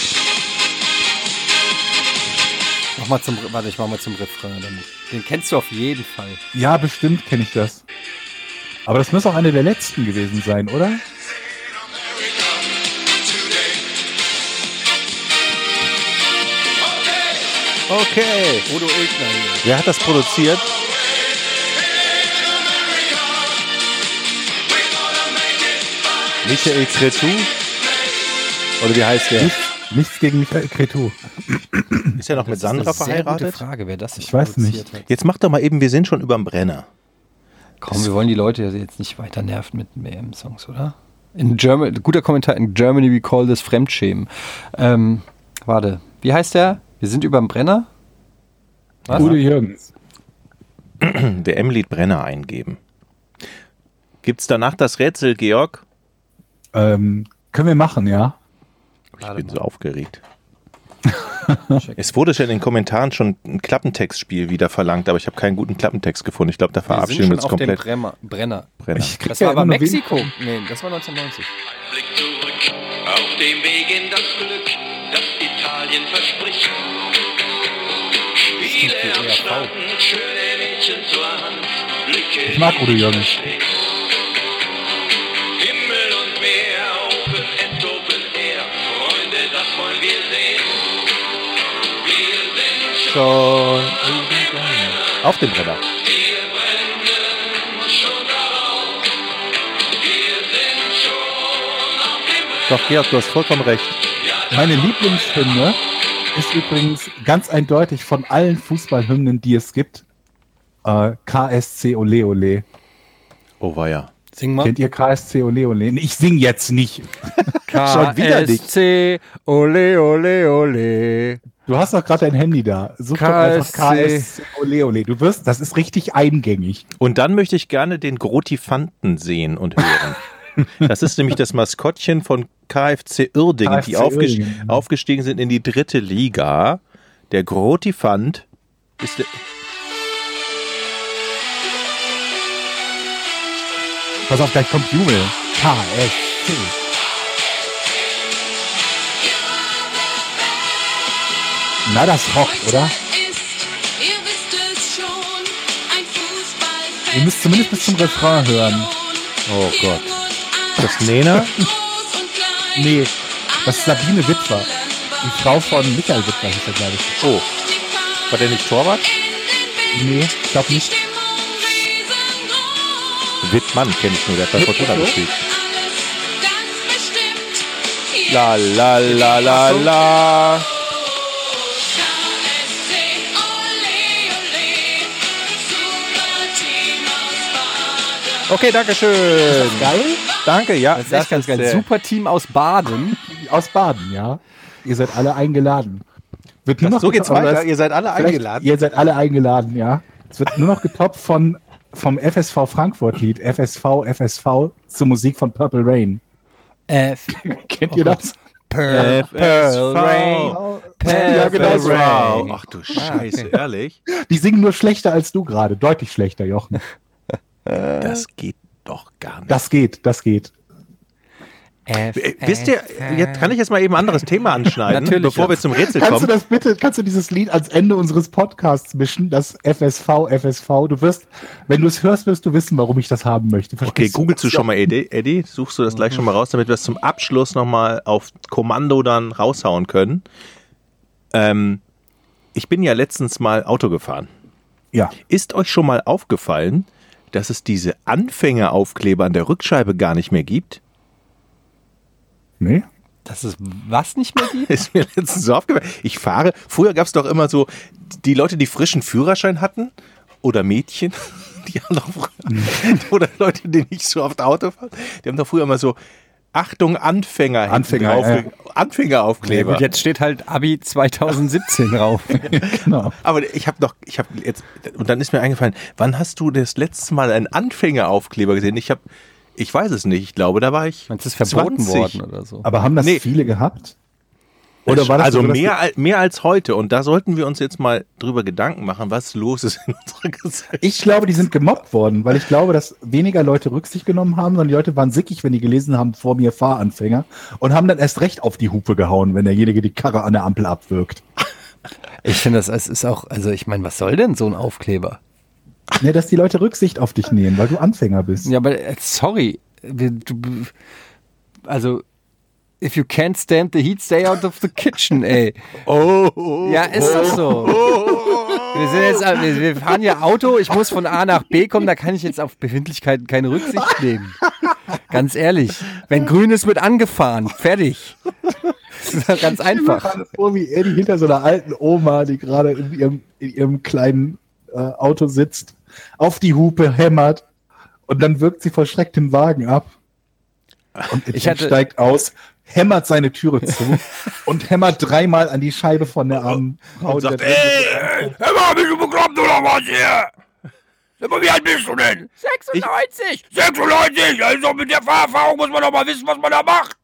Ich mach mal zum Refrain. Den kennst du auf jeden Fall. Ja, bestimmt kenne ich das. Aber das muss auch eine der letzten gewesen sein, oder? Okay. Odo Ilgner hier. Wer hat das produziert? Michael Cretu? Oder wie heißt der? Nichts gegen Michael Cretu. Ist er noch mit Sandra Das ist eine sehr gute verheiratet? Frage, wer das Ich weiß produziert nicht. hat. Jetzt mach doch mal eben, wir sind schon überm Brenner. Komm, wir wollen die Leute jetzt nicht weiter nerven mit WM-Songs, oder? Guter Kommentar, in Germany we call this Fremdschämen. Warte, wie heißt der? Wir sind überm Brenner? Was? Udo Jürgens. WM-Lied Brenner eingeben. Gibt's danach das Rätsel, Georg? Können wir machen, ja? Ich bin so aufgeregt. Es wurde schon in den Kommentaren schon ein Klappentextspiel wieder verlangt, aber ich habe keinen guten Klappentext gefunden. Ich glaube, da verabschieden wir uns komplett. Brenner. Brenner. Ich krieg Das ja war aber immer nur Mexiko. Nee, das war 1990. Blick zurück auf dem Weg in das Glück, das Italien verspricht. Spiele am Strand, schöne Mädchen zur Hand, Blicke. Ich mag Udo Jürgens. Himmel und Meer, Open End, Open Air, Freunde, das wollen wir sehen. Wir sind schon Auf dem Brenner. wir brennen schon darauf. Wir sind schon auf dem Weg. Doch, Georg, du hast vollkommen recht. Meine Lieblingshymne ist übrigens ganz eindeutig von allen Fußballhymnen, die es gibt, KSC Ole Ole. Oh, war ja. Sing mal. Kennt ihr KSC Ole Ole? Nee, ich sing jetzt nicht. Schon wieder nicht. KSC, ole, ole, ole. Du hast doch gerade dein Handy da. Such doch einfach KSC Ole Ole. Du wirst, das ist richtig eingängig. Und dann möchte ich gerne den Grotifanten sehen und hören. Das ist nämlich das Maskottchen von KFC Uerdingen, die KFC Uerdingen. aufgestiegen sind in die 3. Liga. Der Grotifant ist der... Pass auf, gleich kommt Jubel. KSC. Na, das rockt, oder? Ist, ihr wisst es schon, Ihr müsst zumindest bis zum Refrain hören. Oh Gott. Das Nena? Nee, das ist Sabine Witwer. Die Frau von Michael Witwer hieß er, glaube ich. Oh. War der nicht Torwart? Nee, ich glaube nicht. Wittmann kenne ich nur, der hat bei Fortuna gespielt. La la la la la. Okay, danke schön. Geil? Danke, ja. Das ist echt ganz geil. Super Team aus Baden. Aus Baden, ja. Ihr seid alle eingeladen. Wird nur noch So geht's getoppt, weiter. aber Ihr seid alle vielleicht- eingeladen. Ihr seid alle eingeladen, ja. Es wird nur noch getoppt vom FSV Frankfurt-Lied. FSV zur Musik von Purple Rain. Kennt ihr das? Pearl Rain. Ja, genau so. Wow. Ach du Scheiße, ehrlich? Die singen nur schlechter als du gerade. Deutlich schlechter, Jochen. Das geht doch gar nicht. Das geht. Wisst ihr, jetzt kann ich jetzt mal eben ein anderes Thema anschneiden, Natürlich, bevor ja. wir zum Rätsel Kannst du dieses Lied ans Ende unseres Podcasts mischen? Das FSV. Du wirst, wenn du es hörst, wirst du wissen, warum ich das haben möchte. Okay, Verstehst du? googelst du schon mal, Eddie? Suchst du das gleich schon mal raus, damit wir es zum Abschluss nochmal auf Kommando dann raushauen können. Ich bin ja letztens mal Auto gefahren. Ja. Ist euch schon mal aufgefallen, dass es diese Anfängeraufkleber an der Rückscheibe gar nicht mehr gibt? Nee? Dass es was nicht mehr gibt? Ist mir letztens so aufgefallen. Ich fahre, früher gab es doch immer so, die Leute, die frischen Führerschein hatten, oder Mädchen, die haben doch früher, oder Leute, die nicht so oft Auto fahren, die haben doch früher immer so, Achtung, Anfänger Anfänger, drauf, ja. Anfängeraufkleber. Und jetzt steht halt Abi 2017 drauf. Genau. Aber und dann ist mir eingefallen, wann hast du das letzte Mal einen Anfängeraufkleber gesehen? Ich weiß es nicht, ich glaube, da war ich Meinst du, es ist verboten 20. worden oder so? Aber haben das Nee. viele gehabt? Oder war das also so, dass mehr als heute. Und da sollten wir uns jetzt mal drüber Gedanken machen, was los ist in unserer Gesellschaft. Ich glaube, die sind gemobbt worden, weil ich glaube, dass weniger Leute Rücksicht genommen haben, sondern die Leute waren sickig, wenn die gelesen haben, vor mir Fahranfänger und haben dann erst recht auf die Hupe gehauen, wenn derjenige die Karre an der Ampel abwirkt. Ich finde, es ist auch, also ich meine, was soll denn so ein Aufkleber? Ne, dass die Leute Rücksicht auf dich nehmen, weil du Anfänger bist. Ja, aber sorry. Also, if you can't stand the heat, stay out of the kitchen, ey. Ja, ist das so. Wir fahren ja Auto, ich muss von A nach B kommen, da kann ich jetzt auf Befindlichkeiten keine Rücksicht nehmen. Ganz ehrlich. Wenn grün ist, wird angefahren. Fertig. Das ist doch ganz einfach. Gerade vor, wie Eddie hinter so einer alten Oma, die gerade in ihrem kleinen Auto sitzt, auf die Hupe hämmert und dann wirkt sie vor Schreck den Wagen ab. Und Etienne steigt aus, hämmert seine Türe zu und hämmert dreimal an die Scheibe von der armen Frau. Und sagt, Hör mal, bist du bekloppt oder was hier? Sag mal, wie alt bist du denn? 96! 96! Also mit der Fahrerfahrung muss man doch mal wissen, was man da macht.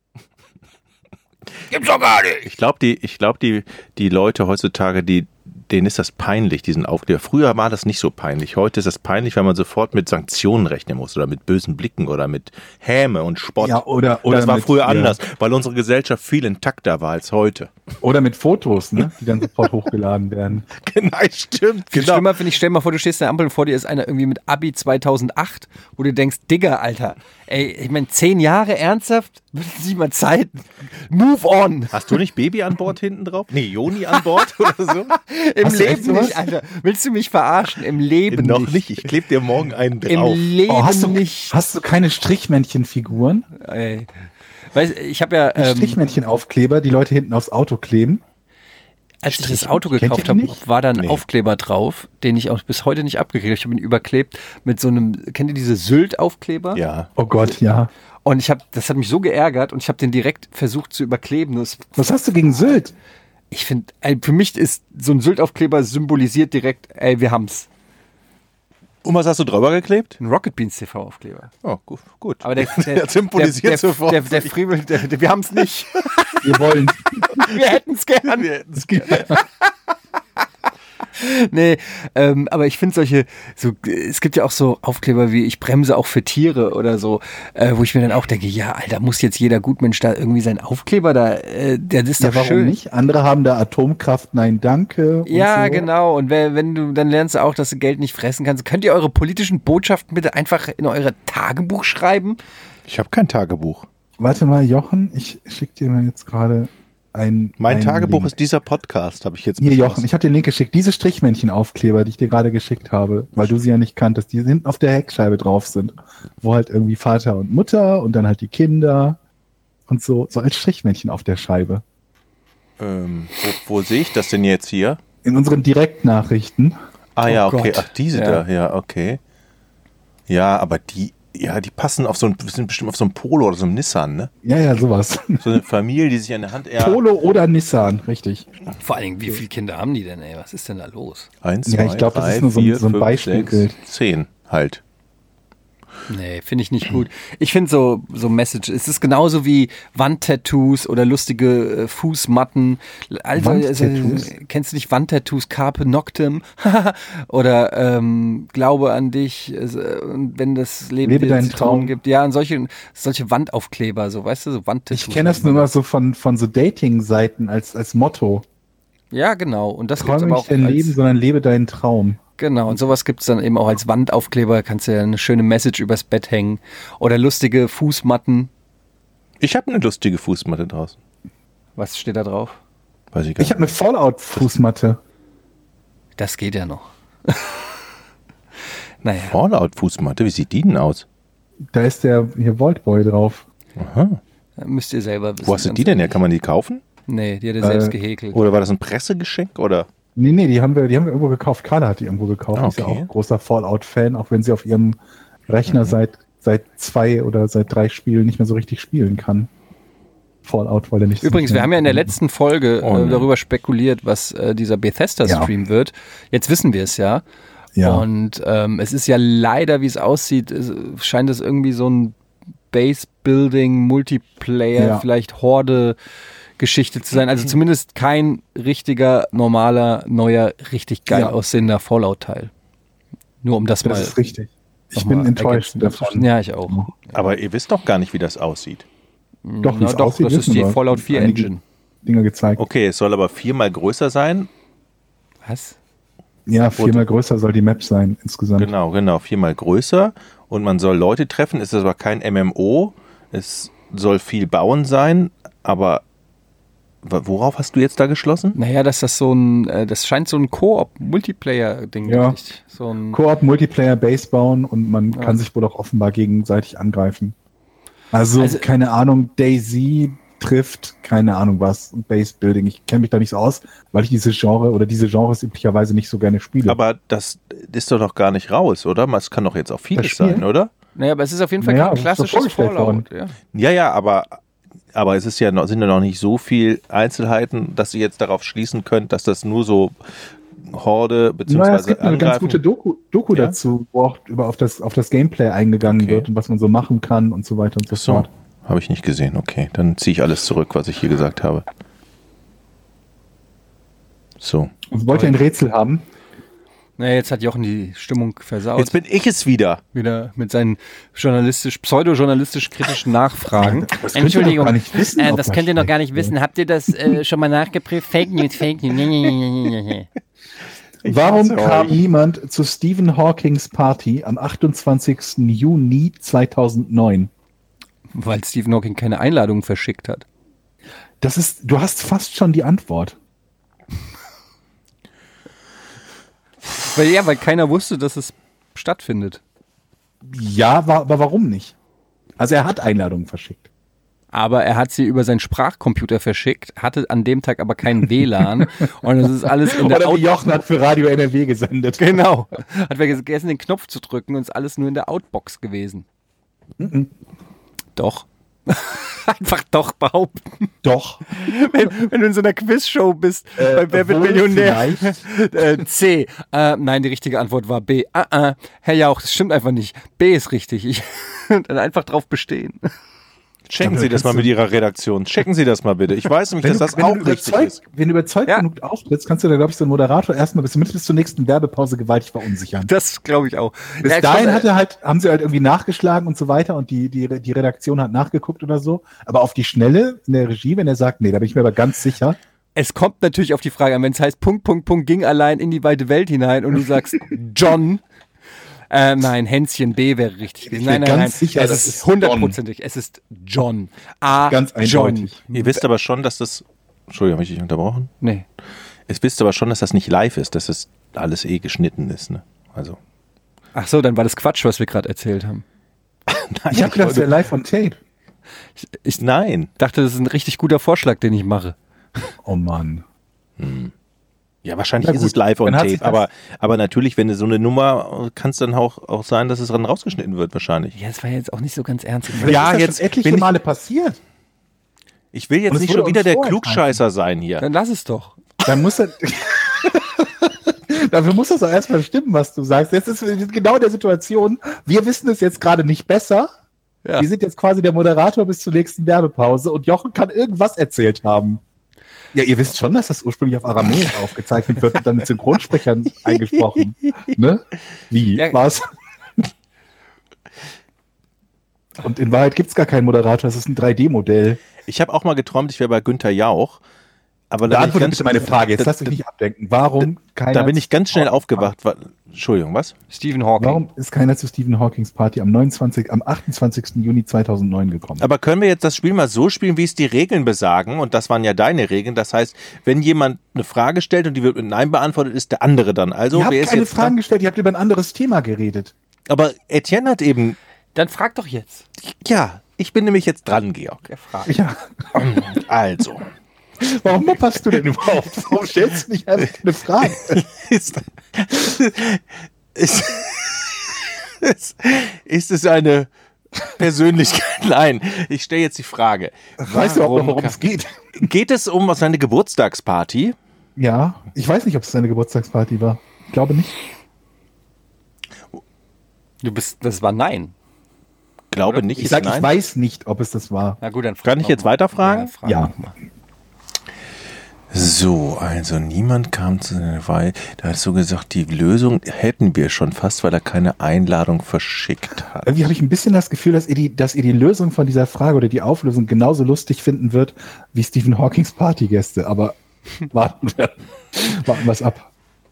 Gibt's doch gar nicht. Ich glaube, die Leute heutzutage, denen ist das peinlich, diesen Aufkleber. Früher war das nicht so peinlich. Heute ist das peinlich, weil man sofort mit Sanktionen rechnen muss oder mit bösen Blicken oder mit Häme und Spott. Ja, oder das war mit, früher anders, weil unsere Gesellschaft viel intakter war als heute. Oder mit Fotos, ne, die dann sofort hochgeladen werden. Genau, stimmt. Viel schlimmer finde ich, stell dir mal vor, du stehst in der Ampel und vor dir ist einer irgendwie mit Abi 2008, wo du denkst, Digga, Alter, ey, ich meine, 10 Jahre ernsthaft? Wird Sie mal Zeit? Move on! Hast du nicht Baby an Bord hinten drauf? Nee, Joni an Bord oder so? Im Hast du echt Leben sowas? nicht, Alter. Willst du mich verarschen? Im Leben Noch nicht. nicht. Ich klebe dir morgen einen Im drauf. Leben Oh, hast nicht. du keine Strichmännchenfiguren? Ey. Weißt, ich habe ja, Strichmännchenaufkleber, die Leute hinten aufs Auto kleben. als ich das Auto Kennt gekauft ihr die habe, nicht? war da ein Nee. Aufkleber drauf, den ich auch bis heute nicht abgekriegt habe. Ich habe ihn überklebt mit so einem, kennt ihr diese Sylt-Aufkleber? Ja. Oh Gott, ja. Und das hat mich so geärgert und ich habe den direkt versucht zu überkleben. Nur Was hast du gegen Sylt? ich finde, für mich ist so ein Sylt-Aufkleber symbolisiert direkt, ey, wir haben's. Und was hast du drüber geklebt? Ein Rocket Beans TV-Aufkleber. Oh, gut. Aber der symbolisiert sofort. Der Friemel, wir haben's nicht. Wir wollen. Wir hätten's gern. Wir hätten's gerne. Nee, aber ich finde es gibt ja auch so Aufkleber wie ich bremse auch für Tiere oder so, wo ich mir dann auch denke, ja, Alter, muss jetzt jeder Gutmensch da irgendwie seinen Aufkleber da, der ist Ja, doch warum schön. nicht? Andere haben da Atomkraft, nein, danke. Und Ja, so. genau. Und wenn du, dann lernst du auch, dass du Geld nicht fressen kannst. Könnt ihr eure politischen Botschaften bitte einfach in eure Tagebuch schreiben? Ich habe kein Tagebuch. Warte mal, Jochen, ich schicke dir mal jetzt gerade Mein ein Tagebuch Link. ist dieser Podcast, habe ich jetzt Hier, beschlossen. Jochen, ich habe dir den Link geschickt. Diese Strichmännchenaufkleber, die ich dir gerade geschickt habe, weil du sie ja nicht kanntest, die hinten auf der Heckscheibe drauf sind, wo halt irgendwie Vater und Mutter und dann halt die Kinder und so als Strichmännchen auf der Scheibe. Wo sehe ich das denn jetzt hier? In unseren Direktnachrichten. Ah ja, okay. Gott. Ach, diese Ja. da, ja, okay. Ja, aber die passen sind bestimmt auf so ein Polo oder so ein Nissan, ne? Ja, sowas. So eine Familie, die sich an der Hand Polo oder Nissan, richtig. Vor allen Dingen, wie viele Kinder haben die denn, ey? Was ist denn da los? 1, Ja, 2, ich glaub, das 3, ist nur so ein- 4, so ein 5, Beispielbild. 6, 10 halt. Nee, finde ich nicht gut. Ich finde so Message, es ist genauso wie Wandtattoos oder lustige Fußmatten. Also, Wandtattoos? kennst du nicht Wandtattoos, Carpe Noctem? Oder Glaube an dich, und wenn das Leben Lebe dir deinen Zitronen Traum. gibt. Ja, und solche Wandaufkleber, so, weißt du, so Wandtattoos. Ich kenne das nur mal so von so Dating-Seiten als Motto. Ja, genau. Und das gibt's Träume aber nicht auch dein als, Leben, sondern lebe deinen Traum. Genau, und sowas gibt's dann eben auch als Wandaufkleber, kannst du ja eine schöne Message übers Bett hängen. Oder lustige Fußmatten. Ich habe eine lustige Fußmatte draußen. Was steht da drauf? Weiß ich gar Ich nicht. habe eine Fallout-Fußmatte. Das geht ja noch. Naja, Fallout-Fußmatte, wie sieht die denn aus? Da ist der hier Voltboy drauf. Aha. müsst ihr selber wissen. Wo hast du ganz die denn her? ehrlich. Kann man die kaufen? Nee, die hat er selbst gehäkelt. Oder war das ein Pressegeschenk? Oder? Nee, die haben wir irgendwo gekauft. Carla hat die irgendwo gekauft. Ah, Ist ja okay. auch ein großer Fallout-Fan, auch wenn sie auf ihrem Rechner seit 2 oder seit 3 Spielen nicht mehr so richtig spielen kann. Fallout, weil er nicht. Übrigens, wir haben ja in der letzten Folge Oh nein. darüber spekuliert, was dieser Bethesda-Stream wird. Jetzt wissen wir es ja. Ja. Und es ist ja leider, wie es aussieht, scheint es irgendwie so ein Base-Building, Multiplayer, Ja. vielleicht Horde-Geschichte zu sein. Also zumindest kein richtiger, normaler, neuer, richtig geil Ja. aussehender Fallout-Teil. Nur um das, Das mal. ist richtig. Ich nochmal bin enttäuscht ergänzen. davon. Ja, ich auch. Aber ihr wisst doch gar nicht, wie das aussieht. Doch, wie Na es doch, aussieht, das ist wissen die wir. Fallout 4 Einige Engine. Dinger gezeigt. Okay, es soll aber 4-mal größer sein. Was? Ja, 4-mal größer soll die Map sein insgesamt. Genau, 4-mal größer. Und man soll Leute treffen. Es ist aber kein MMO. Es soll viel bauen sein. Aber worauf hast du jetzt da geschlossen? Naja, dass das das scheint so ein Koop-Multiplayer-Ding Ja. richtig. So ein, Koop, Multiplayer, Base bauen und man kann sich wohl auch offenbar gegenseitig angreifen. Also keine Ahnung, DayZ trifft, keine Ahnung was, Base Building. Ich kenne mich da nicht so aus, weil ich diese Genres üblicherweise nicht so gerne spiele. Aber das ist doch noch gar nicht raus, oder? Es kann doch jetzt auch vieles Das Spiel? sein, oder? naja, aber es ist auf jeden Fall Naja, kein es ist doch klassisches vorgestellt Fallout. Ja. Ja, aber es ist ja noch, sind ja noch nicht so viel Einzelheiten, dass ihr jetzt darauf schließen könnt, dass das nur so Horde naja, es beziehungsweise gibt eine ganz gute Doku Ja? dazu, wo auch auf das Gameplay eingegangen Okay. wird und was man so machen kann und so weiter und so So, fort. habe ich nicht gesehen. Okay, dann ziehe ich alles zurück, was ich hier gesagt habe. So, Und wollt ihr ein Rätsel haben? Naja, jetzt hat Jochen die Stimmung versaut. jetzt bin ich es wieder. Wieder mit seinen pseudo-journalistisch kritischen Nachfragen. Das könnt ihr doch gar nicht wissen, ob das könnt ihr noch gar nicht schlecht wissen. Habt ihr das schon mal nachgeprüft? Fake News, Fake News. Warum hasse kam euch. niemand zu Stephen Hawkings Party am 28. Juni 2009? Weil Stephen Hawking keine Einladung verschickt hat. Du hast fast schon die Antwort. Weil keiner wusste, dass es stattfindet. Ja, aber warum nicht? Also er hat Einladungen verschickt. Aber er hat sie über seinen Sprachcomputer verschickt, hatte an dem Tag aber keinen WLAN und es ist alles in der Oder wie Jochen hat für Radio NRW gesendet. Genau. Hat vergessen, den Knopf zu drücken und ist alles nur in der Outbox gewesen. Doch. Einfach doch behaupten. Doch. Wenn du in so einer Quizshow bist, bei Wer wird wohl Millionär? vielleicht. C. Nein, die richtige Antwort war B. Herr Jauch, das stimmt einfach nicht. B ist richtig. Dann einfach drauf bestehen. Checken Sie das mal mit Ihrer Redaktion. Checken Sie das mal bitte. Ich weiß nämlich, dass das auch richtig ist. Wenn du überzeugt genug auftrittst, kannst du da, glaube ich, so einen Moderator erstmal bis zur nächsten Werbepause gewaltig verunsichern. Das glaube ich auch. Bis dahin haben sie halt irgendwie nachgeschlagen und so weiter und die Redaktion hat nachgeguckt oder so. Aber auf die Schnelle in der Regie, wenn er sagt, nee, da bin ich mir aber ganz sicher. Es kommt natürlich auf die Frage an, wenn es heißt, ging allein in die weite Welt hinein und du sagst, John. Nein, Hänschen B wäre richtig gewesen. Nein. Sicher, es ist hundertprozentig. Es ist John. Ganz eindeutig. Ihr wisst aber schon, dass das... Entschuldigung, habe ich dich unterbrochen? Nee. Ihr wisst aber schon, dass das nicht live ist, dass das alles geschnitten ist. Ne? Also. Ach so, dann war das Quatsch, was wir gerade erzählt haben. Ich habe gedacht, das wäre live on tape. Ich Nein. dachte, das ist ein richtig guter Vorschlag, den ich mache. Oh Mann. Ja, wahrscheinlich ist es live on tape, aber natürlich, wenn du so eine Nummer, kann es dann auch sein, dass es dann rausgeschnitten wird, wahrscheinlich. Ja, das war jetzt auch nicht so ganz ernst. Ja, ist jetzt etliche Male passiert. Ich will jetzt nicht schon wieder der Klugscheißer sein hier. Dann lass es doch. Dann muss er... Dafür muss das auch erstmal stimmen, was du sagst. Jetzt ist genau der Situation, wir wissen es jetzt gerade nicht besser. Ja. Wir sind jetzt quasi der Moderator bis zur nächsten Werbepause und Jochen kann irgendwas erzählt haben. Ja, ihr wisst schon, dass das ursprünglich auf Aramäisch aufgezeichnet wird und dann mit Synchronsprechern eingesprochen. Ne? Wie? Ja. Was? Und in Wahrheit gibt es gar keinen Moderator, das ist ein 3D-Modell. Ich habe auch mal geträumt, ich wäre bei Günther Jauch. Aber da antwortet bitte meine Frage, jetzt lass dich nicht abdenken. Warum keiner... Da bin ich ganz schnell aufgewacht. Entschuldigung, was? Stephen Hawking. Warum ist keiner zu Stephen Hawkings Party am 28. Juni 2009 gekommen? Aber können wir jetzt das Spiel mal so spielen, wie es die Regeln besagen? Und das waren ja deine Regeln. Das heißt, wenn jemand eine Frage stellt und die wird mit Nein beantwortet, ist der andere dann. Also, ihr habt wer ist keine jetzt Fragen gestellt, ihr habt über ein anderes Thema geredet. Aber Etienne hat eben... Dann frag doch jetzt. Ja, ich bin nämlich jetzt dran, Georg. Er fragt. Ja. Also... Warum mopperst du denn überhaupt? Warum stellst du nicht einfach eine Frage? Ist es eine Persönlichkeit? Nein, ich stelle jetzt die Frage. Weißt du auch noch, worum es geht? Geht es um seine Geburtstagsparty? Ja, ich weiß nicht, ob es seine Geburtstagsparty war. Ich glaube nicht. Das war Nein. Glaube nicht. Ich sage, ich weiß nicht, ob es das war. Na gut, dann kann ich jetzt weiterfragen? Ja. So, also niemand kam zu seiner Wahl. Da hast du gesagt, die Lösung hätten wir schon fast, weil er keine Einladung verschickt hat. Irgendwie habe ich ein bisschen das Gefühl, dass ihr die Lösung von dieser Frage oder die Auflösung genauso lustig finden wird wie Stephen Hawkings Partygäste. Aber warten wir es ab.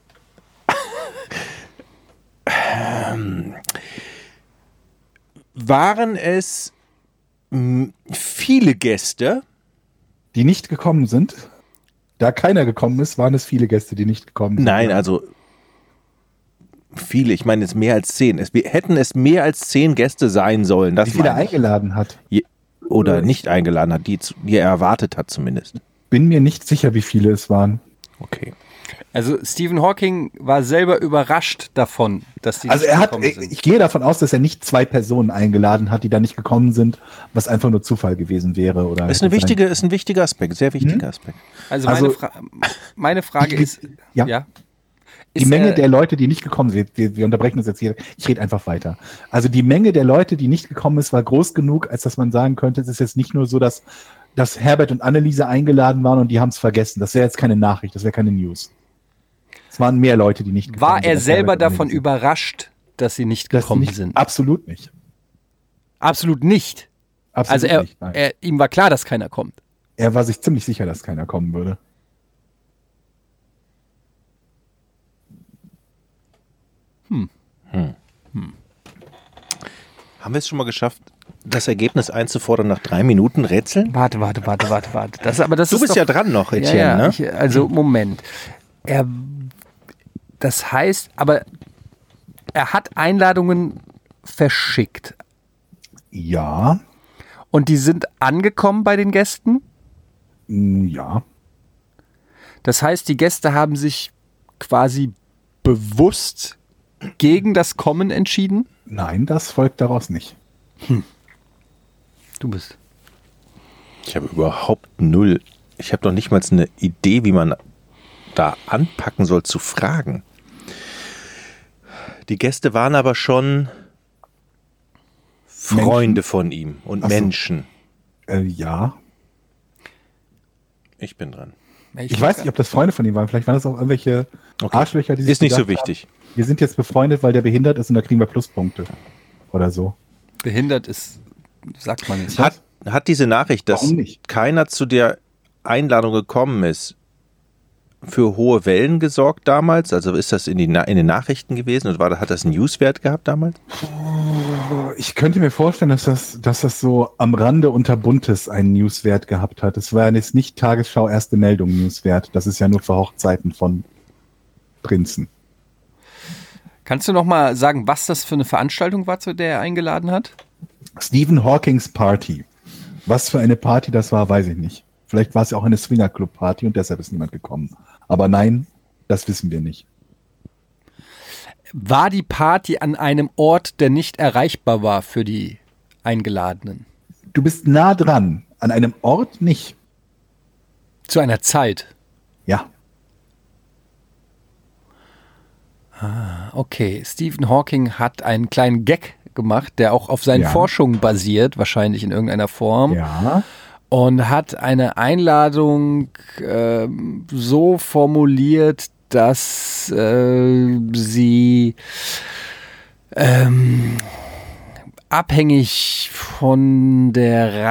Waren es viele Gäste, die nicht gekommen sind? Da keiner gekommen ist, waren es viele Gäste, die nicht gekommen sind. Nein, also viele, ich meine jetzt mehr als 10. Hätten es mehr als 10 Gäste sein sollen. Das wie viele er eingeladen hat. Oder nicht eingeladen hat, die er erwartet hat zumindest. Bin mir nicht sicher, wie viele es waren. Okay. Also Stephen Hawking war selber überrascht davon, dass die also nicht gekommen sind. Ich gehe davon aus, dass er nicht 2 Personen eingeladen hat, die da nicht gekommen sind, was einfach nur Zufall gewesen wäre. Oder ist ein wichtiger Aspekt, sehr wichtiger Aspekt. Also meine Frage ist, die Menge der Leute, die nicht gekommen sind, wir unterbrechen uns jetzt hier, ich rede einfach weiter. Also die Menge der Leute, die nicht gekommen ist, war groß genug, als dass man sagen könnte, es ist jetzt nicht nur so, dass Herbert und Anneliese eingeladen waren und die haben es vergessen. Das wäre jetzt keine Nachricht, das wäre keine News. Es waren mehr Leute, die nicht gekommen sind. War er selber davon überrascht, dass sie nicht gekommen sind? Absolut nicht. Absolut nicht? Absolut also nicht, nein. Ihm war klar, dass keiner kommt. Er war sich ziemlich sicher, dass keiner kommen würde. Haben wir es schon mal geschafft, das Ergebnis einzufordern nach 3 Minuten Rätseln? Warte. Du bist ja dran noch, Etienne, ne? Also, Moment. Das heißt, aber er hat Einladungen verschickt. Ja. Und die sind angekommen bei den Gästen? Ja. Das heißt, die Gäste haben sich quasi bewusst gegen das Kommen entschieden? Nein, das folgt daraus nicht. Du bist. Ich habe überhaupt null. Ich habe noch nicht mal eine Idee, wie man da anpacken soll zu fragen. Die Gäste waren aber schon Freunde von ihm und Menschen. Ja. Ich bin dran. Ich weiß nicht, ob das Freunde von ihm waren. Vielleicht waren das auch irgendwelche Arschlöcher, die sich Ist nicht so gedacht wichtig. haben, wir sind jetzt befreundet, weil der behindert ist und da kriegen wir Pluspunkte. Oder so. Behindert ist, sagt man nicht. Hat diese Nachricht, dass Warum nicht? keiner zu der Einladung gekommen ist, für hohe Wellen gesorgt damals? Also ist das in den Nachrichten gewesen und hat das einen Newswert gehabt damals? Ich könnte mir vorstellen, dass das so am Rande unter Buntes einen Newswert gehabt hat. Es war jetzt nicht Tagesschau erste Meldung Newswert. Das ist ja nur für Hochzeiten von Prinzen. Kannst du noch mal sagen, was das für eine Veranstaltung war, zu der er eingeladen hat? Stephen Hawkings Party. Was für eine Party das war, weiß ich nicht. Vielleicht war es ja auch eine Swingerclub-Party und deshalb ist niemand gekommen. Aber nein, das wissen wir nicht. War die Party an einem Ort, der nicht erreichbar war für die Eingeladenen? Du bist nah dran. An einem Ort nicht. Zu einer Zeit? Ja. Okay, Stephen Hawking hat einen kleinen Gag gemacht, der auch auf seinen Ja. Forschungen basiert, wahrscheinlich in irgendeiner Form. Ja. Und hat eine Einladung so formuliert, dass sie abhängig von der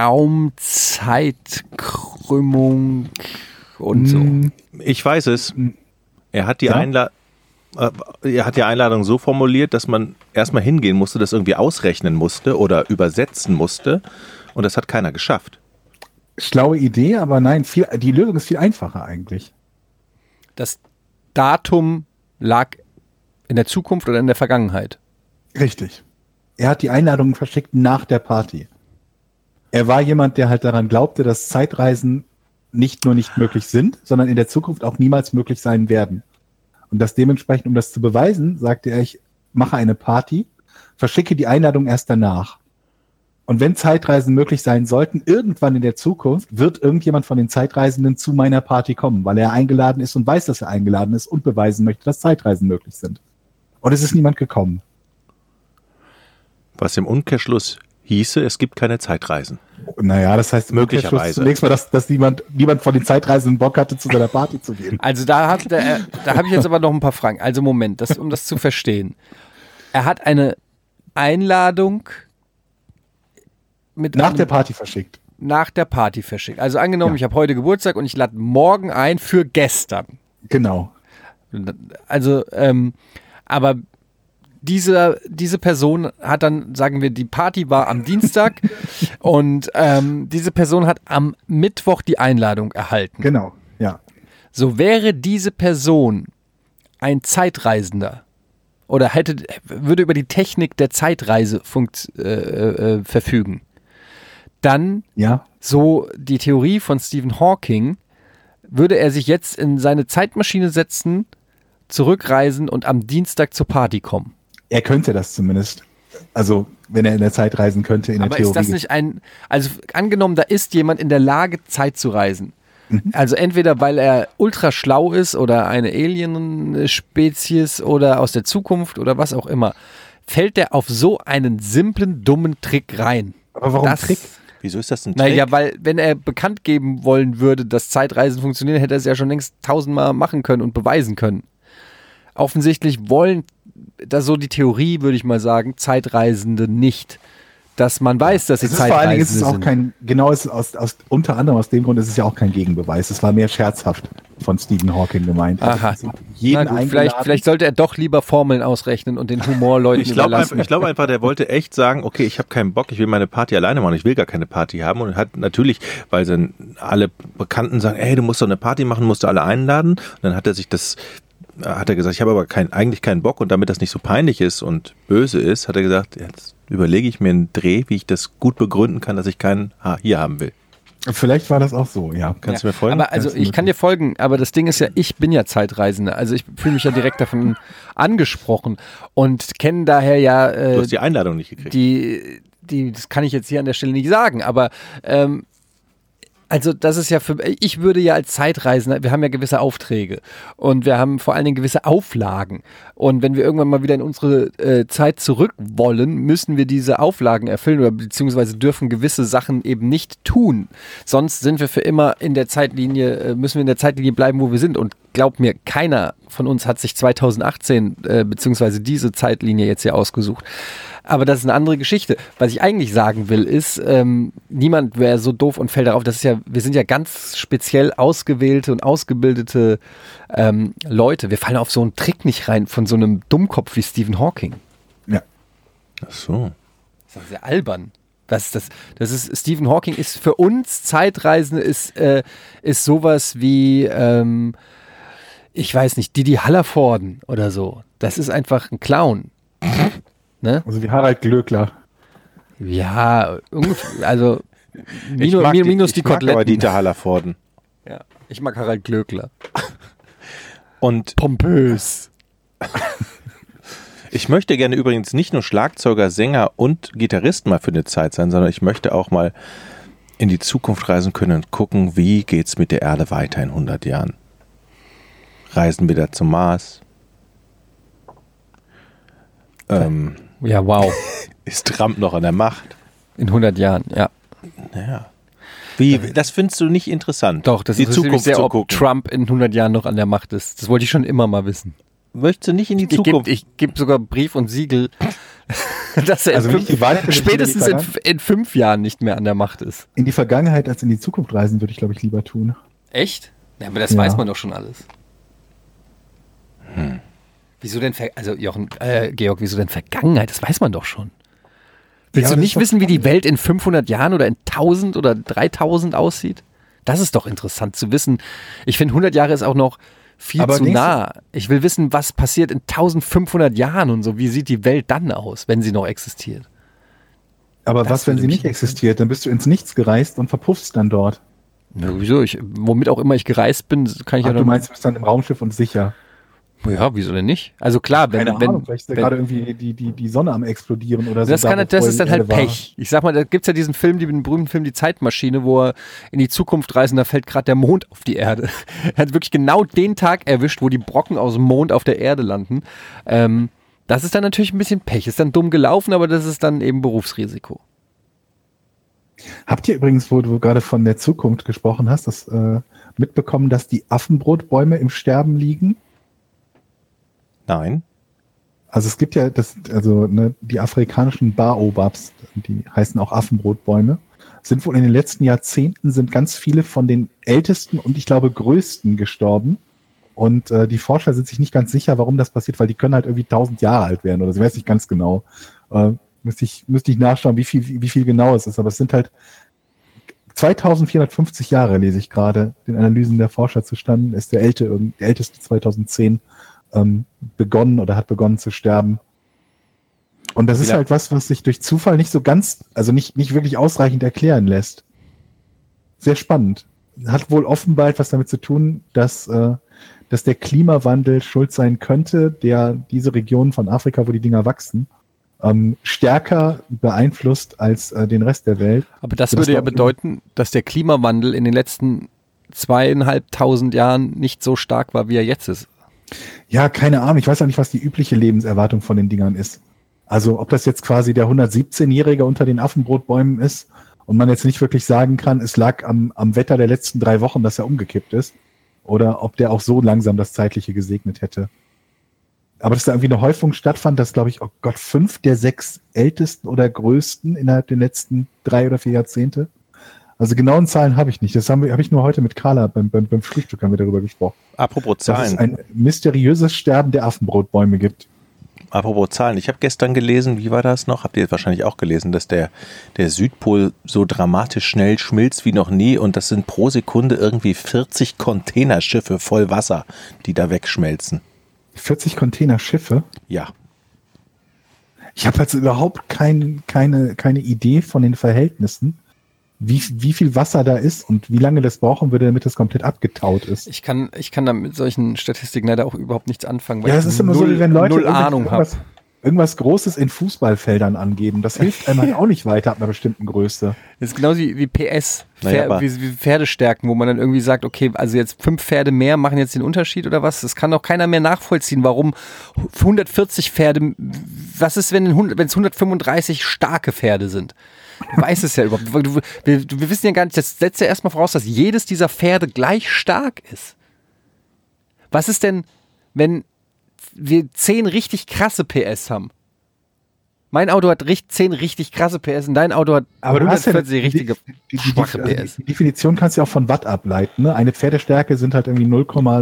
Raumzeitkrümmung und so. Ich weiß es. Er hat die Ja? Einladung so formuliert, dass man erstmal hingehen musste, das irgendwie ausrechnen musste oder übersetzen musste. Und das hat keiner geschafft. Schlaue Idee, aber nein, die Lösung ist viel einfacher eigentlich. Das Datum lag in der Zukunft oder in der Vergangenheit. Richtig. Er hat die Einladung verschickt nach der Party. Er war jemand, der halt daran glaubte, dass Zeitreisen nicht nur nicht möglich sind, sondern in der Zukunft auch niemals möglich sein werden. Und das dementsprechend, um das zu beweisen, sagte er, ich mache eine Party, verschicke die Einladung erst danach. Und wenn Zeitreisen möglich sein sollten, irgendwann in der Zukunft wird irgendjemand von den Zeitreisenden zu meiner Party kommen, weil er eingeladen ist und weiß, dass er eingeladen ist und beweisen möchte, dass Zeitreisen möglich sind. Und es ist niemand gekommen. Was im Umkehrschluss hieße, es gibt keine Zeitreisen. Naja, das heißt Möglicherweise. zunächst mal, dass niemand von den Zeitreisenden Bock hatte, zu seiner Party zu gehen. Also da habe ich jetzt aber noch ein paar Fragen. Also Moment, um das zu verstehen. Er hat eine Einladung Nach der Party verschickt. nach der Party verschickt. Also angenommen, Ja. ich habe heute Geburtstag und ich lade morgen ein für gestern. Genau. Also, aber diese Person hat dann, sagen wir, die Party war am Dienstag und diese Person hat am Mittwoch die Einladung erhalten. Genau. Ja. So wäre diese Person ein Zeitreisender oder würde über die Technik der Zeitreise verfügen, dann, Ja. so die Theorie von Stephen Hawking, würde er sich jetzt in seine Zeitmaschine setzen, zurückreisen und am Dienstag zur Party kommen. Er könnte das zumindest. Also, wenn er in der Zeit reisen könnte, in der Aber Theorie. ist das nicht also angenommen, da ist jemand in der Lage, Zeit zu reisen. Also entweder, weil er ultra schlau ist oder eine Alien-Spezies oder aus der Zukunft oder was auch immer, fällt der auf so einen simplen, dummen Trick rein. Aber warum Das- Trick? Wieso ist das ein Trick? Naja, weil wenn er bekannt geben wollen würde, dass Zeitreisen funktionieren, hätte er es ja schon längst 1000-mal machen können und beweisen können. Offensichtlich wollen, das so die Theorie, würde ich mal sagen, Zeitreisende nicht, dass man weiß, dass sie Es ist vor allen Dingen ist es Zeitreisende auch sind. kein, genau, es ist unter anderem aus dem Grund ist es ja auch kein Gegenbeweis. Es war mehr scherzhaft von Stephen Hawking gemeint. Aha. Also jeden Na gut, eingeladen. vielleicht sollte er doch lieber Formeln ausrechnen und den Humor Leuten Ich glaube überlassen. einfach, der wollte echt sagen, okay, ich habe keinen Bock, ich will meine Party alleine machen, ich will gar keine Party haben. Und hat natürlich, weil dann alle Bekannten sagen, ey, du musst doch eine Party machen, musst du alle einladen. Und dann hat er gesagt, ich habe aber eigentlich keinen Bock. Und damit das nicht so peinlich ist und böse ist, hat er gesagt, jetzt überlege ich mir einen Dreh, wie ich das gut begründen kann, dass ich keinen hier haben will. Vielleicht war das auch so, ja. Kannst du mir folgen? Aber also Kannst du ich mir kann dir folgen, aber das Ding ist ja, ich bin ja Zeitreisender. Also ich fühle mich ja direkt davon angesprochen und kenne daher ja Du hast die Einladung nicht gekriegt. das kann ich jetzt hier an der Stelle nicht sagen, aber Also das ist ja ich würde ja als Zeitreisender, wir haben ja gewisse Aufträge und wir haben vor allen Dingen gewisse Auflagen. Und wenn wir irgendwann mal wieder in unsere Zeit zurück wollen, müssen wir diese Auflagen erfüllen oder beziehungsweise dürfen gewisse Sachen eben nicht tun. Sonst sind wir für immer in der Zeitlinie, müssen wir in der Zeitlinie bleiben, wo wir sind. Und glaub mir, keiner von uns hat sich 2018 beziehungsweise diese Zeitlinie jetzt hier ausgesucht. Aber das ist eine andere Geschichte. Was ich eigentlich sagen will, ist, niemand wäre so doof und fällt darauf, wir sind ja ganz speziell ausgewählte und ausgebildete Leute. Wir fallen auf so einen Trick nicht rein von so einem Dummkopf wie Stephen Hawking. Ja. Ach so. Das ist doch sehr albern. Stephen Hawking ist für uns Zeitreisende ist sowas wie, ich weiß nicht, Didi Hallervorden oder so. Das ist einfach ein Clown. Ne? Also wie Harald Glöckler. Ja, ungefähr, also minus die ich mag Koteletten. aber Dieter Hallervorden. Ja, ich mag Harald Glöckler. Und Pompös. ich möchte gerne übrigens nicht nur Schlagzeuger, Sänger und Gitarrist mal für eine Zeit sein, sondern ich möchte auch mal in die Zukunft reisen können und gucken, wie geht's mit der Erde weiter in 100 Jahren. Reisen wir da zum Mars? Ja, wow. Ist Trump noch an der Macht? In 100 Jahren, ja. Ja. Das findest du nicht interessant? Doch, das die ist Zukunft sehr, zu ob gucken. Trump in 100 Jahren noch an der Macht ist. Das wollte ich schon immer mal wissen. Möchtest du nicht in die Zukunft? Ich gebe sogar Brief und Siegel, dass er Also wenn ich die Wahl hätte, spätestens in 5 Jahren nicht mehr an der Macht ist. In die Vergangenheit als in die Zukunft reisen würde ich, glaube ich, lieber tun. Echt? Ja, aber das Ja. weiß man doch schon alles. Wieso denn, Georg, wieso denn Vergangenheit? Das weiß man doch schon. Willst Ja, du das nicht ist doch wissen, wie die spannend. Welt in 500 Jahren oder in 1000 oder 3000 aussieht? Das ist doch interessant zu wissen. Ich finde, 100 Jahre ist auch noch viel Aber zu denkst du- nah. Ich will wissen, was passiert in 1500 Jahren und so. Wie sieht die Welt dann aus, wenn sie noch existiert? Aber Das was, wenn würde sie mich nicht existiert? Dann bist du ins Nichts gereist und verpuffst dann dort. Ja, wieso? Womit auch immer ich gereist bin, kann ich Ach, ja du dann... meinst, du bist dann im Raumschiff und sicher. Ja, wieso denn nicht? Also klar, Keine Ahnung, vielleicht ist da gerade irgendwie die Sonne am explodieren oder so. das da, wo ist vorher dann die halt Erde war. Pech. Ich sag mal, da gibt's ja diesen Film, den berühmten Film Die Zeitmaschine, wo er in die Zukunft reist und da fällt gerade der Mond auf die Erde. Er hat wirklich genau den Tag erwischt, wo die Brocken aus dem Mond auf der Erde landen. Das ist dann natürlich ein bisschen Pech. Ist dann dumm gelaufen, aber das ist dann eben Berufsrisiko. Habt ihr übrigens, wo du gerade von der Zukunft gesprochen hast, mitbekommen, dass die Affenbrotbäume im Sterben liegen? Nein. Also es gibt ja die afrikanischen Baobabs, die heißen auch Affenbrotbäume, sind wohl in den letzten Jahrzehnten sind ganz viele von den ältesten und ich glaube größten gestorben. Und die Forscher sind sich nicht ganz sicher, warum das passiert, weil die können halt irgendwie 1000 Jahre alt werden oder so, ich weiß nicht ganz genau. Müsste ich nachschauen, wie viel genau es ist, aber es sind halt 2450 Jahre, lese ich gerade, den Analysen der Forscher zustande, ist der älteste 2010 begonnen oder hat begonnen zu sterben. Und das ist halt was sich durch Zufall nicht so ganz, also nicht wirklich ausreichend erklären lässt. Sehr spannend. Hat wohl offenbar etwas damit zu tun, dass der Klimawandel schuld sein könnte, der diese Regionen von Afrika, wo die Dinger wachsen, stärker beeinflusst als den Rest der Welt. Aber das würde ja bedeuten, dass der Klimawandel in den letzten 2500 Jahren nicht so stark war, wie er jetzt ist. Ja, keine Ahnung. Ich weiß auch nicht, was die übliche Lebenserwartung von den Dingern ist. Also ob das jetzt quasi der 117-Jährige unter den Affenbrotbäumen ist und man jetzt nicht wirklich sagen kann, es lag am Wetter der letzten 3 Wochen, dass er umgekippt ist. Oder ob der auch so langsam das Zeitliche gesegnet hätte. Aber dass da irgendwie eine Häufung stattfand, dass, glaube ich, 5 der 6 ältesten oder größten innerhalb der letzten 3 oder 4 Jahrzehnte. Also genauen Zahlen habe ich nicht. Das habe ich nur heute mit Carla beim Frühstück haben wir darüber gesprochen. Apropos Dass es Zahlen. ein mysteriöses Sterben der Affenbrotbäume gibt. Apropos Zahlen. Ich habe gestern gelesen, wie war das noch? Habt ihr wahrscheinlich auch gelesen, dass der Südpol so dramatisch schnell schmilzt wie noch nie und das sind pro Sekunde irgendwie 40 Containerschiffe voll Wasser, die da wegschmelzen. 40 Containerschiffe. Ja. Ich habe also überhaupt keine Idee von den Verhältnissen, wie viel Wasser da ist und wie lange das brauchen würde, damit das komplett abgetaut ist. Ich kann da mit solchen Statistiken leider auch überhaupt nichts anfangen, weil Ja, ich es ist immer so, wie wenn Leute null Ahnung habe. irgendwas Großes in Fußballfeldern angeben. Das hilft einem halt auch nicht weiter ab einer bestimmten Größe. Das ist genauso wie PS, Naja, aber- wie Pferdestärken, wo man dann irgendwie sagt, okay, also jetzt 5 Pferde mehr machen jetzt den Unterschied oder was? Das kann doch keiner mehr nachvollziehen, warum 140 Pferde, was ist, wenn es 135 starke Pferde sind? Du weißt es ja überhaupt. Wir wissen ja gar nicht, das setzt ja erstmal voraus, dass jedes dieser Pferde gleich stark ist. Was ist denn, wenn wir 10 richtig krasse PS haben? Mein Auto hat 10 richtig krasse PS und dein Auto hat Aber du hast ja 140 richtige schwache PS. Die Definition kannst du ja auch von Watt ableiten. Ne? Eine Pferdestärke sind halt irgendwie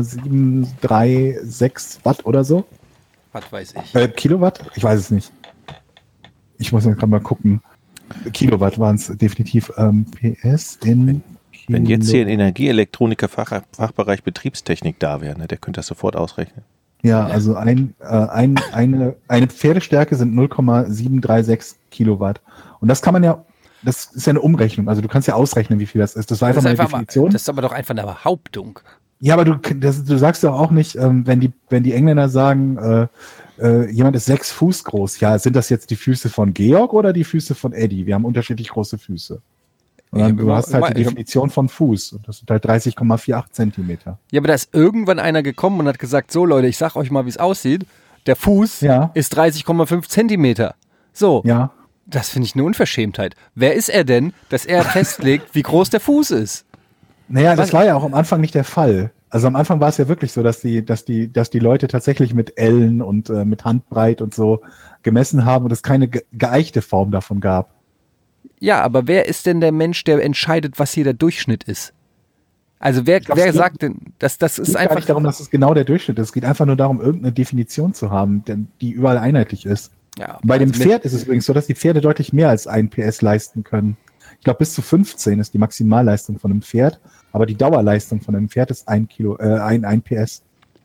0,736 Watt oder so. Was weiß ich. Kilowatt? Ich weiß es nicht. Ich muss gerade mal gucken. Kilowatt waren es definitiv. PS in Wenn jetzt hier ein Energieelektroniker-Fachbereich Betriebstechnik da wäre, ne, der könnte das sofort ausrechnen. Ja, also eine Pferdestärke sind 0,736 Kilowatt. Und das kann man ja, das ist ja eine Umrechnung. Also du kannst ja ausrechnen, wie viel das ist. Das war einfach mal eine Definition. Das ist aber doch einfach eine Behauptung. Ja, aber du sagst doch auch nicht, wenn die Engländer sagen, jemand ist 6 Fuß groß. Ja, sind das jetzt die Füße von Georg oder die Füße von Eddie? Wir haben unterschiedlich große Füße. Und dann, du hast halt die Definition von Fuß. Und das sind halt 30,48 Zentimeter. Ja, aber da ist irgendwann einer gekommen und hat gesagt, so Leute, ich sag euch mal, wie es aussieht. Der Fuß Ja. ist 30,5 Zentimeter. So, Ja. das finde ich eine Unverschämtheit. Wer ist er denn, dass er festlegt, wie groß der Fuß ist? Naja, das war ja auch am Anfang nicht der Fall. Also am Anfang war es ja wirklich so, dass die Leute tatsächlich mit Ellen und mit Handbreit und so gemessen haben und es keine geeichte Form davon gab. Ja, aber wer ist denn der Mensch, der entscheidet, was hier der Durchschnitt ist? Also wer glaub, es geht- sagt denn, das Es ist geht gar einfach... nicht darum, dass es genau der Durchschnitt ist. Es geht einfach nur darum, irgendeine Definition zu haben, die überall einheitlich ist. Ja, Bei dem also mit- Pferd ist es übrigens so, dass die Pferde deutlich mehr als 1 PS leisten können. Ich glaube, bis zu 15 ist die Maximalleistung von einem Pferd, aber die Dauerleistung von einem Pferd ist 1 PS.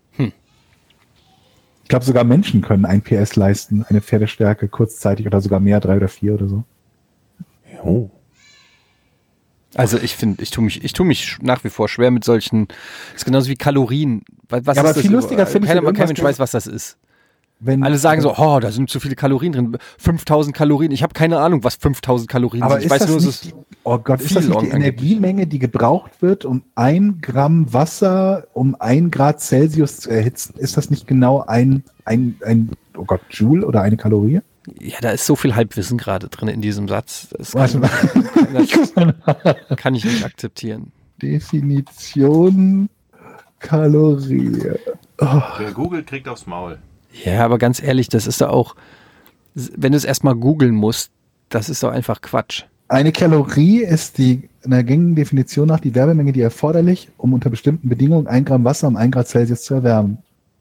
Ich glaube, sogar Menschen können 1 PS leisten, eine Pferdestärke kurzzeitig oder sogar mehr, 3 oder 4 oder so. Oh. Also ich finde, ich tu mich nach wie vor schwer mit solchen, das ist genauso wie Kalorien. Was Ja, ist aber das viel lustiger finde ich, kein wenn Mensch irgendwas- weiß, was das ist. Wenn, Alle sagen so, oh, da sind zu viele Kalorien drin. 5000 Kalorien. Ich habe keine Ahnung, was 5000 Kalorien aber sind. Ich ist weiß das nur, es nicht, ist oh Gott, ist viel das nicht die angeblich. Energiemenge, die gebraucht wird, um 1 Gramm Wasser um 1 Grad Celsius zu erhitzen? Ist das nicht genau ein oh Gott, Joule oder eine Kalorie? ja, da ist so viel Halbwissen gerade drin in diesem Satz. Das Warte mal. kann ich nicht akzeptieren. Definition Kalorie. Wer googelt, kriegt aufs Maul. Ja, aber ganz ehrlich, das ist doch auch, wenn du es erstmal googeln musst, das ist doch einfach Quatsch. Eine Kalorie ist einer gängigen Definition nach die Wärmemenge, die erforderlich, um unter bestimmten Bedingungen 1 Gramm Wasser um 1 Grad Celsius zu erwärmen.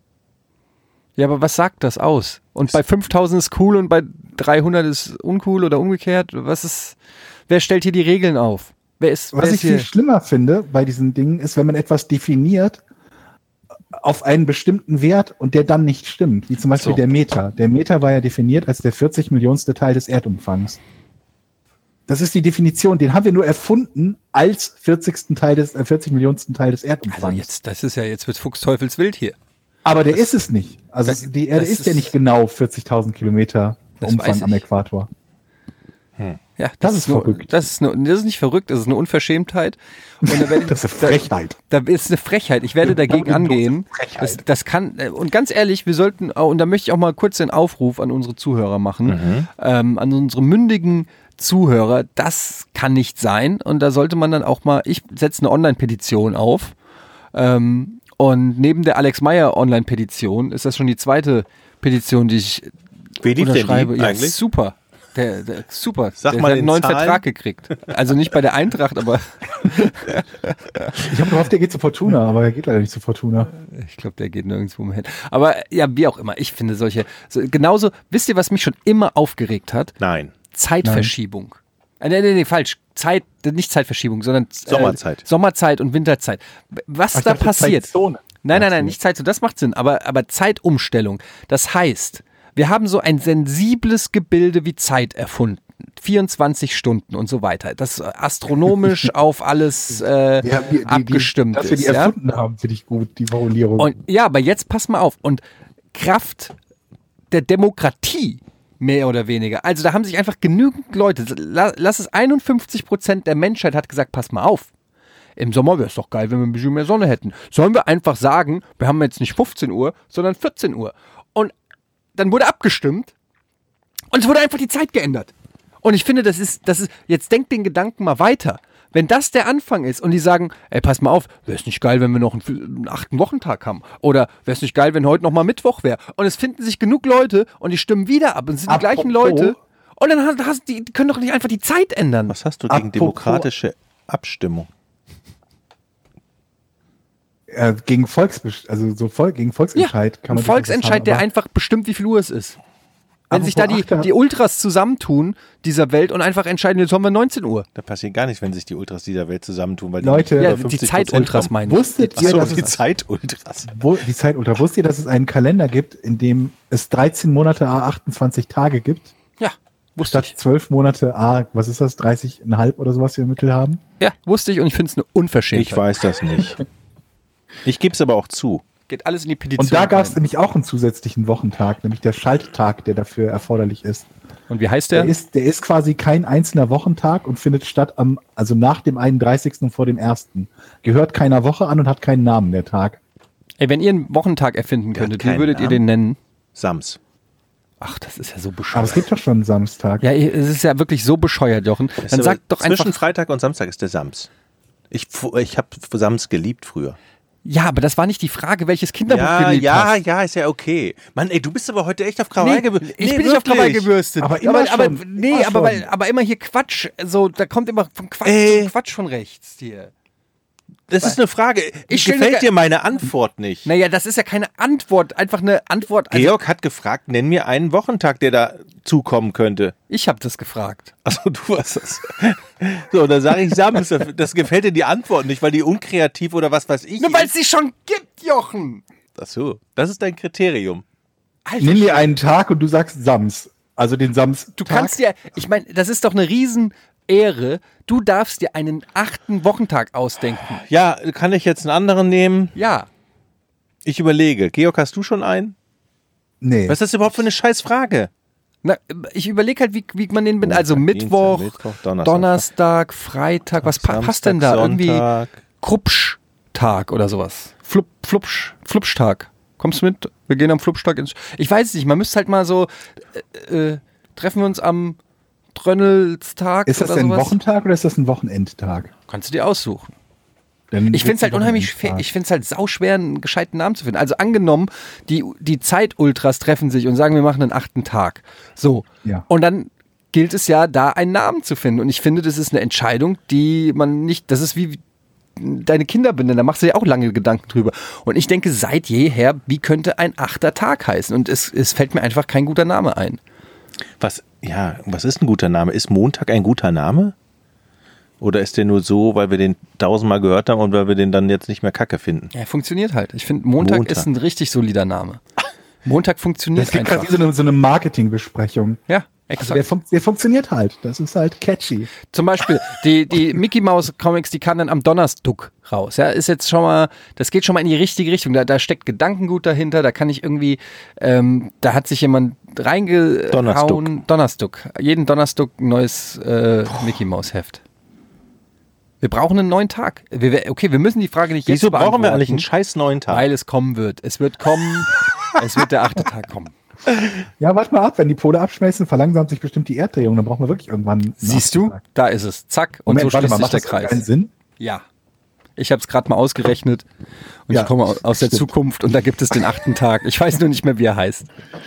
Ja, aber was sagt das aus? Und bei 5000 ist cool und bei 300 ist uncool oder umgekehrt? Wer stellt hier die Regeln auf? Was ich viel schlimmer finde bei diesen Dingen ist, wenn man etwas definiert auf einen bestimmten Wert und der dann nicht stimmt, wie zum Beispiel So. der Meter. Der Meter war ja definiert als der 40 Millionste Teil des Erdumfangs. Das ist die Definition, den haben wir nur erfunden als 40 Millionsten Teil des Also Erdumfangs. jetzt wird Fuchsteufelswild hier. Aber der ist es nicht. Also die Erde das ist ja ist- nicht genau 40.000 Kilometer Das Umfang weiß am ich. Äquator. Ja, Das ist verrückt. Das ist nicht verrückt, das ist eine Unverschämtheit. Und da werde ich, Das ist eine Frechheit. Da ist eine Frechheit. Ich werde dagegen Bodenlose angehen. Frechheit. Das kann, und ganz ehrlich, wir sollten, und da möchte ich auch mal kurz den Aufruf an unsere Zuhörer machen, an unsere mündigen Zuhörer, das kann nicht sein. Und da sollte man dann auch mal, ich setze eine Online-Petition auf. Und neben der Alex Meyer Online-Petition ist das schon die zweite Petition, die ich Wie lief denn unterschreibe. die Ja, eigentlich? super. Der super. Sag der mal hat einen in neuen Zahlen. Vertrag gekriegt. Also nicht bei der Eintracht, aber Ich habe gehofft, der geht zu Fortuna, aber er geht leider nicht zu Fortuna. ich glaube, der geht nirgendwo mehr hin. Aber ja, wie auch immer. Ich finde genauso, wisst ihr, was mich schon immer aufgeregt hat? Nein. Zeitverschiebung. Nee, falsch. Nicht Zeitverschiebung, sondern Sommerzeit. Sommerzeit und Winterzeit. Was da passiert. Zeitzone. Nein, nicht Zeitzone, das macht Sinn, aber Zeitumstellung. Das heißt, wir haben so ein sensibles Gebilde wie Zeit erfunden. 24 Stunden und so weiter. Das astronomisch auf alles abgestimmt dass wir die ist. erfunden haben, finde ich gut, die Formulierung. Und ja, aber jetzt pass mal auf. Und Kraft der Demokratie, mehr oder weniger. Also da haben sich einfach genügend Leute, lass es 51% der Menschheit hat gesagt, pass mal auf. Im Sommer wäre es doch geil, wenn wir ein bisschen mehr Sonne hätten. Sollen wir einfach sagen, wir haben jetzt nicht 15 Uhr, sondern 14 Uhr. Und dann wurde abgestimmt und es wurde einfach die Zeit geändert. Und ich finde, das ist, jetzt denkt den Gedanken mal weiter. Wenn das der Anfang ist und die sagen, ey, pass mal auf, wäre es nicht geil, wenn wir noch einen 8. Wochentag haben? Oder wäre es nicht geil, wenn heute noch mal Mittwoch wäre? Und es finden sich genug Leute und die stimmen wieder ab und es sind die gleichen Leute. Und dann die können doch nicht einfach die Zeit ändern. Was hast du gegen demokratische Abstimmung? Gegen gegen Volksentscheid kann man ein Volksentscheid, der einfach bestimmt, wie viel Uhr es ist. Wenn sich da die Ultras zusammentun, dieser Welt, und einfach entscheiden, jetzt haben wir 19 Uhr. Da passiert gar nichts, wenn sich die Ultras dieser Welt zusammentun, weil Leute, die, Ja, über die 50% Zeit-Ultras kommen. meine ich. Wusstet ihr, Achso, dass die es Zeit-Ultras. die Zeitunter, wusstet ihr, dass es einen Kalender gibt, in dem es 13 Monate 28 Tage gibt? Ja, wusste Statt 12 Monate was ist das, 30,5 oder sowas wir im Mittel haben? Ja, wusste ich und ich finde es eine Unverschämtheit. Ich weiß das nicht. Ich gebe es aber auch zu. Geht alles in die Petition. Und da gab es rein. nämlich auch einen zusätzlichen Wochentag, nämlich der Schalttag, der dafür erforderlich ist. Und wie heißt der? Der ist quasi kein einzelner Wochentag und findet statt also nach dem 31. und vor dem 1. Gehört keiner Woche an und hat keinen Namen, der Tag. Ey, wenn ihr einen Wochentag erfinden könntet, wie keinen würdet ihr Namen. den nennen? Sams. Ach, das ist ja so Aber bescheuert. es gibt doch schon einen Samstag. Ja, es ist ja wirklich so bescheuert, Jochen. Dann sagt doch Zwischen einfach. Freitag und Samstag ist der Sams. Ich habe Sams geliebt früher. Ja, aber das war nicht die Frage, welches Kinderbuch du geliebt hast. Ja, ist ja okay. Mann, ey, du bist aber heute echt auf Krawall gewürstet. Ich bin nicht auf Krawall gewürstet. Aber immer schon. Immer schon. aber immer hier Quatsch. So, da kommt immer von Quatsch Ey. zu Quatsch von rechts hier. Das ist eine Frage. Ich stell Gefällt mir- dir meine Antwort nicht? Naja, das ist ja keine Antwort. Einfach eine Antwort. Also, Georg hat gefragt, nenn mir einen Wochentag, der da zukommen könnte. ich habe das gefragt. Achso, du warst das. So, dann sage ich Sams. Das gefällt dir die Antwort nicht, weil die unkreativ oder was weiß ich. Nur weil es sie schon gibt, Jochen. Achso, das ist dein Kriterium. Alter, Nimm dir einen Tag und du sagst Sams. Also den Samstag. du kannst dir, ich meine, das ist doch eine Riesenehre. Du darfst dir einen 8. Wochentag ausdenken. Ja, kann ich jetzt einen anderen nehmen? Ja. Ich überlege. Georg, hast du schon einen? Nee. Was ist das überhaupt für eine Scheißfrage? Na, ich überlege halt, wie man den benennt. Montag, Also Mittwoch, Dienstag, Mittwoch, Donnerstag, Freitag. Was passt denn da? Samstag, Sonntag. Irgendwie Krupsch-Tag oder sowas. Flupsch-Tag. Kommst du mit? Wir gehen am Flupsch-Tag ins... Ich weiß es nicht, man müsste halt mal so... treffen wir uns am Drönnelstag Ist das oder ein sowas? Wochentag oder ist das ein Wochenendtag? Kannst du dir aussuchen. Dann Ich finde es halt unheimlich Wochenendtag. ich finde es halt sauschwer, einen gescheiten Namen zu finden. Also angenommen, die Zeit-Ultras treffen sich und sagen, wir machen einen 8. Tag. So. Ja. Und dann gilt es ja, da einen Namen zu finden. Und ich finde, das ist eine Entscheidung, die man nicht, das ist wie deine Kinder benennen, da machst du ja auch lange Gedanken drüber. Und ich denke seit jeher, wie könnte ein 8. Tag heißen? Und es fällt mir einfach kein guter Name ein. Was ist ein guter Name? Ist Montag ein guter Name? Oder ist der nur so, weil wir den 1000-mal gehört haben und weil wir den dann jetzt nicht mehr kacke finden? Ja, funktioniert halt. Ich finde, Montag ist ein richtig solider Name. Montag funktioniert Das gibt einfach. quasi so eine Marketingbesprechung. Ja, Also exakt. der funktioniert halt. Das ist halt catchy. Zum Beispiel die Mickey Mouse Comics, die kamen dann am Donnerstag raus. Ja, ist jetzt schon mal, das geht schon mal in die richtige Richtung. Da steckt Gedankengut dahinter. Da kann ich irgendwie, da hat sich jemand reingehauen. Donnerstag. Jeden Donnerstag ein neues Mickey Mouse Heft. Wir brauchen einen neuen Tag. Wir müssen die Frage nicht jetzt Wieso brauchen wir beantworten, eigentlich einen scheiß neuen Tag? weil es kommen wird. Es wird kommen. Es wird der 8. Tag kommen. Ja, warte mal ab. Wenn die Pole abschmelzen, verlangsamt sich bestimmt die Erddrehung. Dann brauchen wir wirklich irgendwann einen Siehst du? Nachmittag. Da ist es. Zack. Und Moment, so warte schließt mal, sich macht der das Kreis. keinen Sinn? Ja. Ich habe es gerade mal ausgerechnet und Ja, ich komme aus der stimmt. Zukunft und da gibt es den 8. Tag. Ich weiß nur nicht mehr, wie er heißt.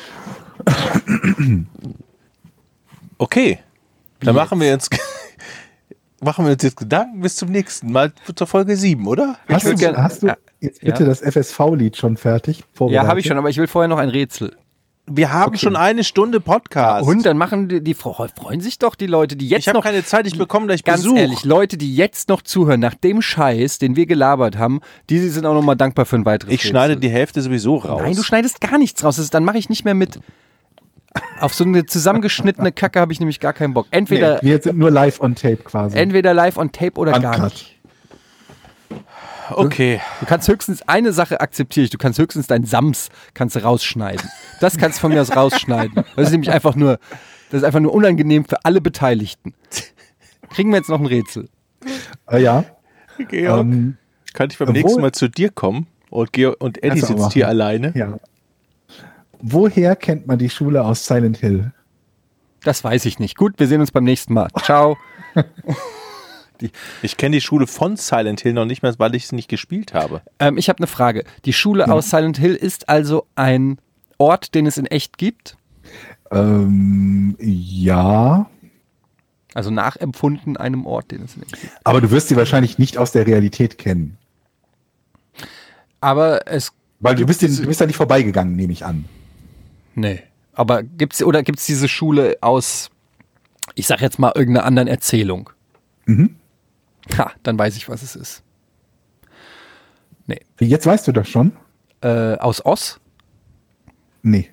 Okay, dann Wie machen wir uns jetzt Gedanken bis zum nächsten Mal zur Folge 7, oder? Hast würd du, gern- hast du Ja. jetzt bitte Ja. das FSV-Lied schon fertig? Ja, habe ich schon, aber ich will vorher noch ein Rätsel. Wir haben schon eine Stunde Podcast. Und dann machen die freuen sich doch die Leute, die jetzt ich habe noch... keine Zeit, ich bekomme gleich Ganz Besuch. ehrlich, Leute, die jetzt noch zuhören, nach dem Scheiß, den wir gelabert haben, die sind auch nochmal dankbar für ein weiteres Ich schneide die Hälfte sowieso raus. Nein, du schneidest gar nichts raus. Dann mache ich nicht mehr mit. Auf so eine zusammengeschnittene Kacke habe ich nämlich gar keinen Bock. Entweder Wir sind nur live on tape quasi. live on tape oder gar Uncut. nicht. Okay. Du kannst höchstens, eine Sache akzeptiere ich, du kannst höchstens dein Sams kannst du rausschneiden. Das kannst du von mir aus rausschneiden. Das ist nämlich einfach nur unangenehm für alle Beteiligten. Kriegen wir jetzt noch ein Rätsel? Ja. Georg, kann ich beim nächsten Mal zu dir kommen? Und Eddie Kannst du auch sitzt hier machen. alleine. Ja. Woher kennt man die Schule aus Silent Hill? Das weiß ich nicht. Gut, wir sehen uns beim nächsten Mal. Ciao. Ich kenne die Schule von Silent Hill noch nicht mehr, weil ich es nicht gespielt habe. Ich habe eine Frage. Die Schule aus Silent Hill ist also ein Ort, den es in echt gibt? Ja. Also nachempfunden einem Ort, den es in echt gibt. Aber du wirst sie wahrscheinlich nicht aus der Realität kennen. Aber es... Weil du bist da nicht vorbeigegangen, nehme ich an. Nee. Aber gibt's diese Schule aus, ich sag jetzt mal, irgendeiner anderen Erzählung? Mhm. Ha, dann weiß ich, was es ist. Nee. Jetzt weißt du das schon? Aus Oz? Nee.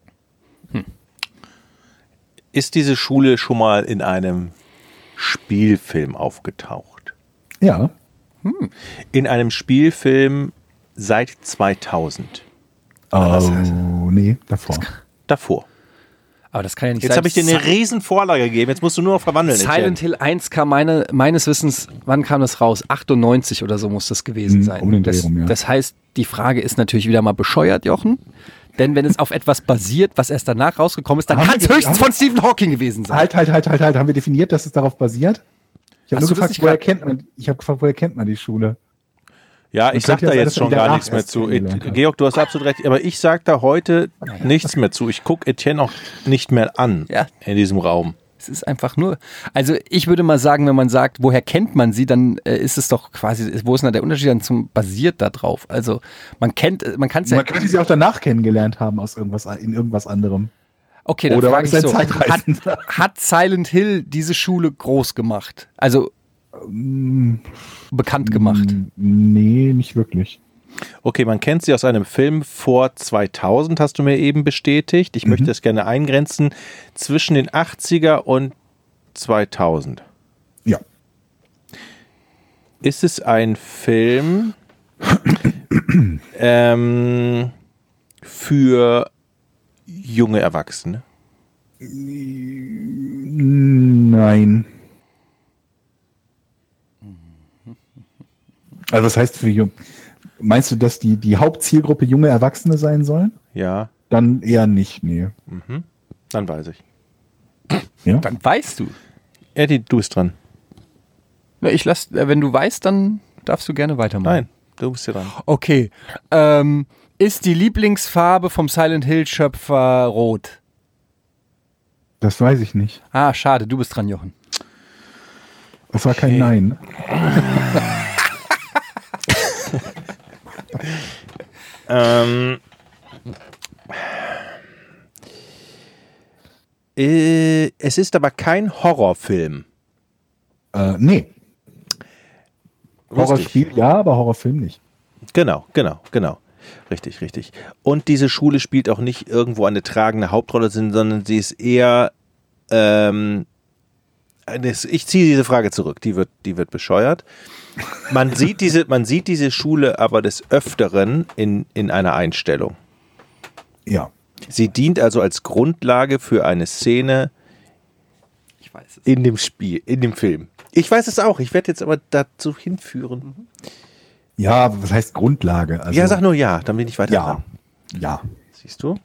Ist diese Schule schon mal in einem Spielfilm aufgetaucht? Ja. In einem Spielfilm seit 2000. Nee, davor. Davor. Aber das kann ja nicht Jetzt sein. habe ich dir eine riesen Vorlage gegeben. Jetzt musst du nur noch verwandeln. Silent Hill 1 kam meines Wissens, wann kam das raus? 98 oder so muss das gewesen sein. um den Dreh rum, ja. Das heißt, die Frage ist natürlich wieder mal bescheuert, Jochen. Denn wenn es auf etwas basiert, was erst danach rausgekommen ist, dann Haben kann es wir- höchstens von Stephen Hawking gewesen sein. Halt. Haben wir definiert, dass es darauf basiert? Ich habe Hast nur du das gefragt, nicht woher kennt man die Schule? Ja, ich sag könnte da ja sein, jetzt dass schon er gar danach nichts mehr erst zu. kennengelernt hat. Georg, du hast absolut recht. Aber ich sag da heute nichts mehr zu. Ich gucke Etienne auch nicht mehr an Ja. in diesem Raum. Es ist einfach nur, also ich würde mal sagen, wenn man sagt, woher kennt man sie, dann ist es doch quasi, wo ist denn da der Unterschied dann zum basiert da drauf? Also man kann es ja, Man könnte sie auch danach kennengelernt haben in irgendwas anderem. okay, dann oder frage war ich es so, ein Zeitreisender? hat Silent Hill diese Schule groß gemacht? Also bekannt gemacht? Nee, nicht wirklich. Okay, man kennt sie aus einem Film vor 2000, hast du mir eben bestätigt. Ich möchte das gerne eingrenzen zwischen den 80er und 2000. Ja. Ist es ein Film für junge Erwachsene? Nein. Also was heißt für jung? Meinst du, dass die Hauptzielgruppe junge Erwachsene sein sollen? Ja, Dann eher nicht, nee. dann weiß ich. Ja? Dann weißt du. Eddie, du bist dran. Na, wenn du weißt, dann darfst du gerne weitermachen. Nein, du bist hier dran. Okay. Ist die Lieblingsfarbe vom Silent Hill Schöpfer rot? Das weiß ich nicht. Ah, schade, du bist dran, Jochen. Das war kein Nein. Es ist aber kein Horrorfilm. Nee. Lustig. Horrorspiel ja, aber Horrorfilm nicht. Genau. Richtig. Und diese Schule spielt auch nicht irgendwo eine tragende Hauptrolle, sondern sie ist eher, ich ziehe diese Frage zurück, die wird bescheuert. Man sieht diese Schule aber des Öfteren in einer Einstellung. Ja. Sie dient also als Grundlage für eine Szene Ich weiß es. in dem Film. Ich weiß es auch, ich werde jetzt aber dazu hinführen. Ja, was heißt Grundlage? Also, Ja, sag nur ja, dann bin ich weiter ja. dran. Ja. Siehst du?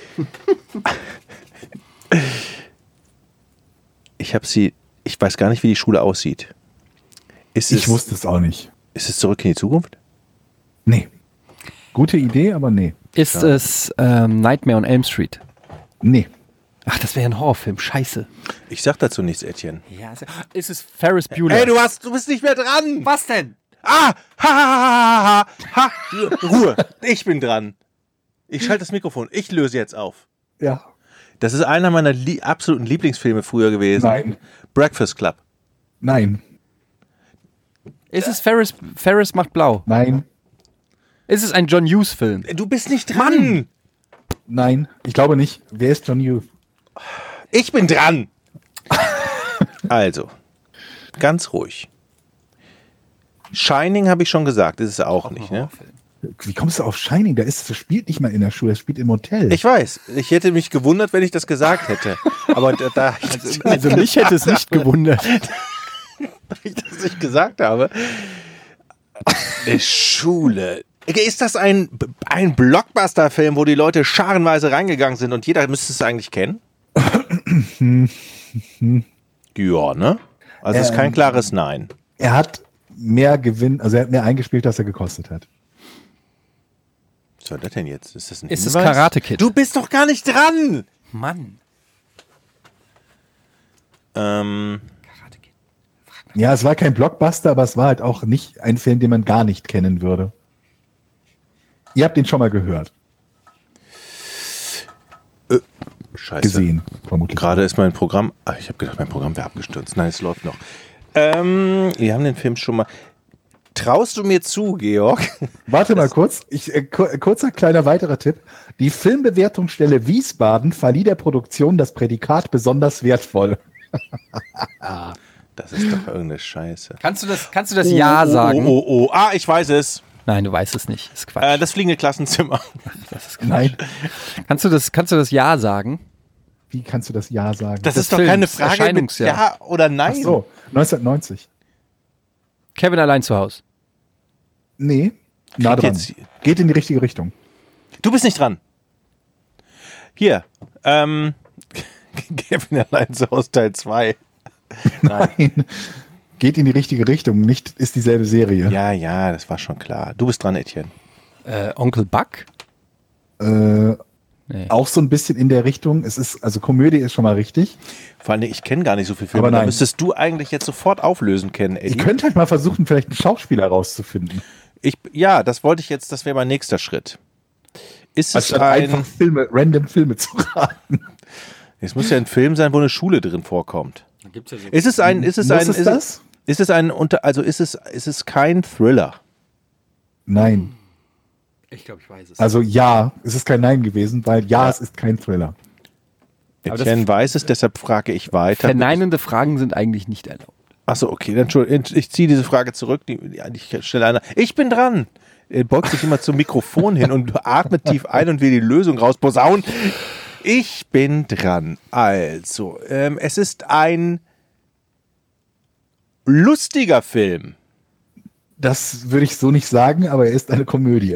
Ich weiß gar nicht, wie die Schule aussieht. Ich wusste es auch nicht. Ist es Zurück in die Zukunft? Nee. Gute Idee, aber nee. Ist es Nightmare on Elm Street? Nee. Ach, das wäre ein Horrorfilm. Scheiße. Ich sag dazu nichts, Etienne. Ja, ist es Ferris Bueller? Hey, du bist nicht mehr dran! Was denn? Ah! Ha, ha, ha, ha, ha. Ruhe! Ich bin dran. Ich schalte das Mikrofon. Ich löse jetzt auf. Ja. Das ist einer meiner absoluten Lieblingsfilme früher gewesen. Nein. Breakfast Club. Nein. Ist es Ferris macht blau? Nein. Ist es ein John Hughes Film? Du bist nicht dran! Nein. Ich glaube nicht. Wer ist John Hughes? Ich bin dran! Also, ganz ruhig. Shining habe ich schon gesagt, ist es auch nicht, ne? Wie kommst du auf Shining? Das spielt nicht mal in der Schule, das spielt im Hotel. Ich weiß, ich hätte mich gewundert, wenn ich das gesagt hätte. Aber da Also mich hätte es nicht gewundert. ich das nicht gesagt habe. Eine Schule. Ist das ein Blockbuster-Film, wo die Leute scharenweise reingegangen sind und jeder müsste es eigentlich kennen? Ja, ne? Also es ist kein klares Nein. Er hat mehr Gewinn, also er hat mehr eingespielt, als er gekostet hat. Was soll das denn jetzt? Ist das ein Ist es Hinweis? Karate Kid? Du bist doch gar nicht dran! Mann. Ja, es war kein Blockbuster, aber es war halt auch nicht ein Film, den man gar nicht kennen würde. Ihr habt den schon mal gehört, Scheiße. gesehen, vermutlich. Gerade ist mein Programm. Ach, ich habe gedacht, mein Programm wäre abgestürzt. Nein, es läuft noch. Wir haben den Film schon mal. Traust du mir zu, Georg? Warte mal kurz. Kurzer kleiner weiterer Tipp. Die Filmbewertungsstelle Wiesbaden verlieh der Produktion das Prädikat besonders wertvoll. Das ist doch irgendeine Scheiße. Kannst du das Ja sagen? Oh. Ah, ich weiß es. Nein, du weißt es nicht. Das ist Quatsch. Das fliegende Klassenzimmer. Das ist Quatsch. Nein. Kannst du das Ja sagen? Wie kannst du das Ja sagen? Das Des ist doch keine Films, Frage mit Erscheinungsjahr. Ja oder Nein. Ach so, 1990. Kevin allein zu Hause. Nee, nah dran. jetzt- Geht in die richtige Richtung. Du bist nicht dran. Hier. Kevin allein zu Hause Teil 2. Nein. Geht in die richtige Richtung. Nicht ist dieselbe Serie. Ja, das war schon klar. Du bist dran, Etienne. Onkel Buck? Auch so ein bisschen in der Richtung. Es ist, also Komödie ist schon mal richtig. Vor allem, ich kenne gar nicht so viele Filme. Aber Da nein. müsstest du eigentlich jetzt sofort auflösen können, Ihr Eddie. könnt halt mal versuchen, vielleicht einen Schauspieler rauszufinden. Ja, das wollte ich jetzt, das wäre mein nächster Schritt. Ist es Anstatt einfach random Filme zu raten. Es muss ja ein Film sein, wo eine Schule drin vorkommt. Ist es kein Thriller? Nein. Ich glaube, ich weiß es. Also ja, es ist kein Nein gewesen, weil es ist kein Thriller. Aber Etienne weiß es, deshalb frage ich weiter. Verneinende Fragen sind eigentlich nicht erlaubt. Achso, okay, dann ich ziehe diese Frage zurück. Ich stelle eine. Ich bin dran. Er beugt sich immer zum Mikrofon hin und atmet tief ein und will die Lösung rausposaunen. Ich bin dran. Also, es ist ein lustiger Film. Das würde ich so nicht sagen, aber er ist eine Komödie.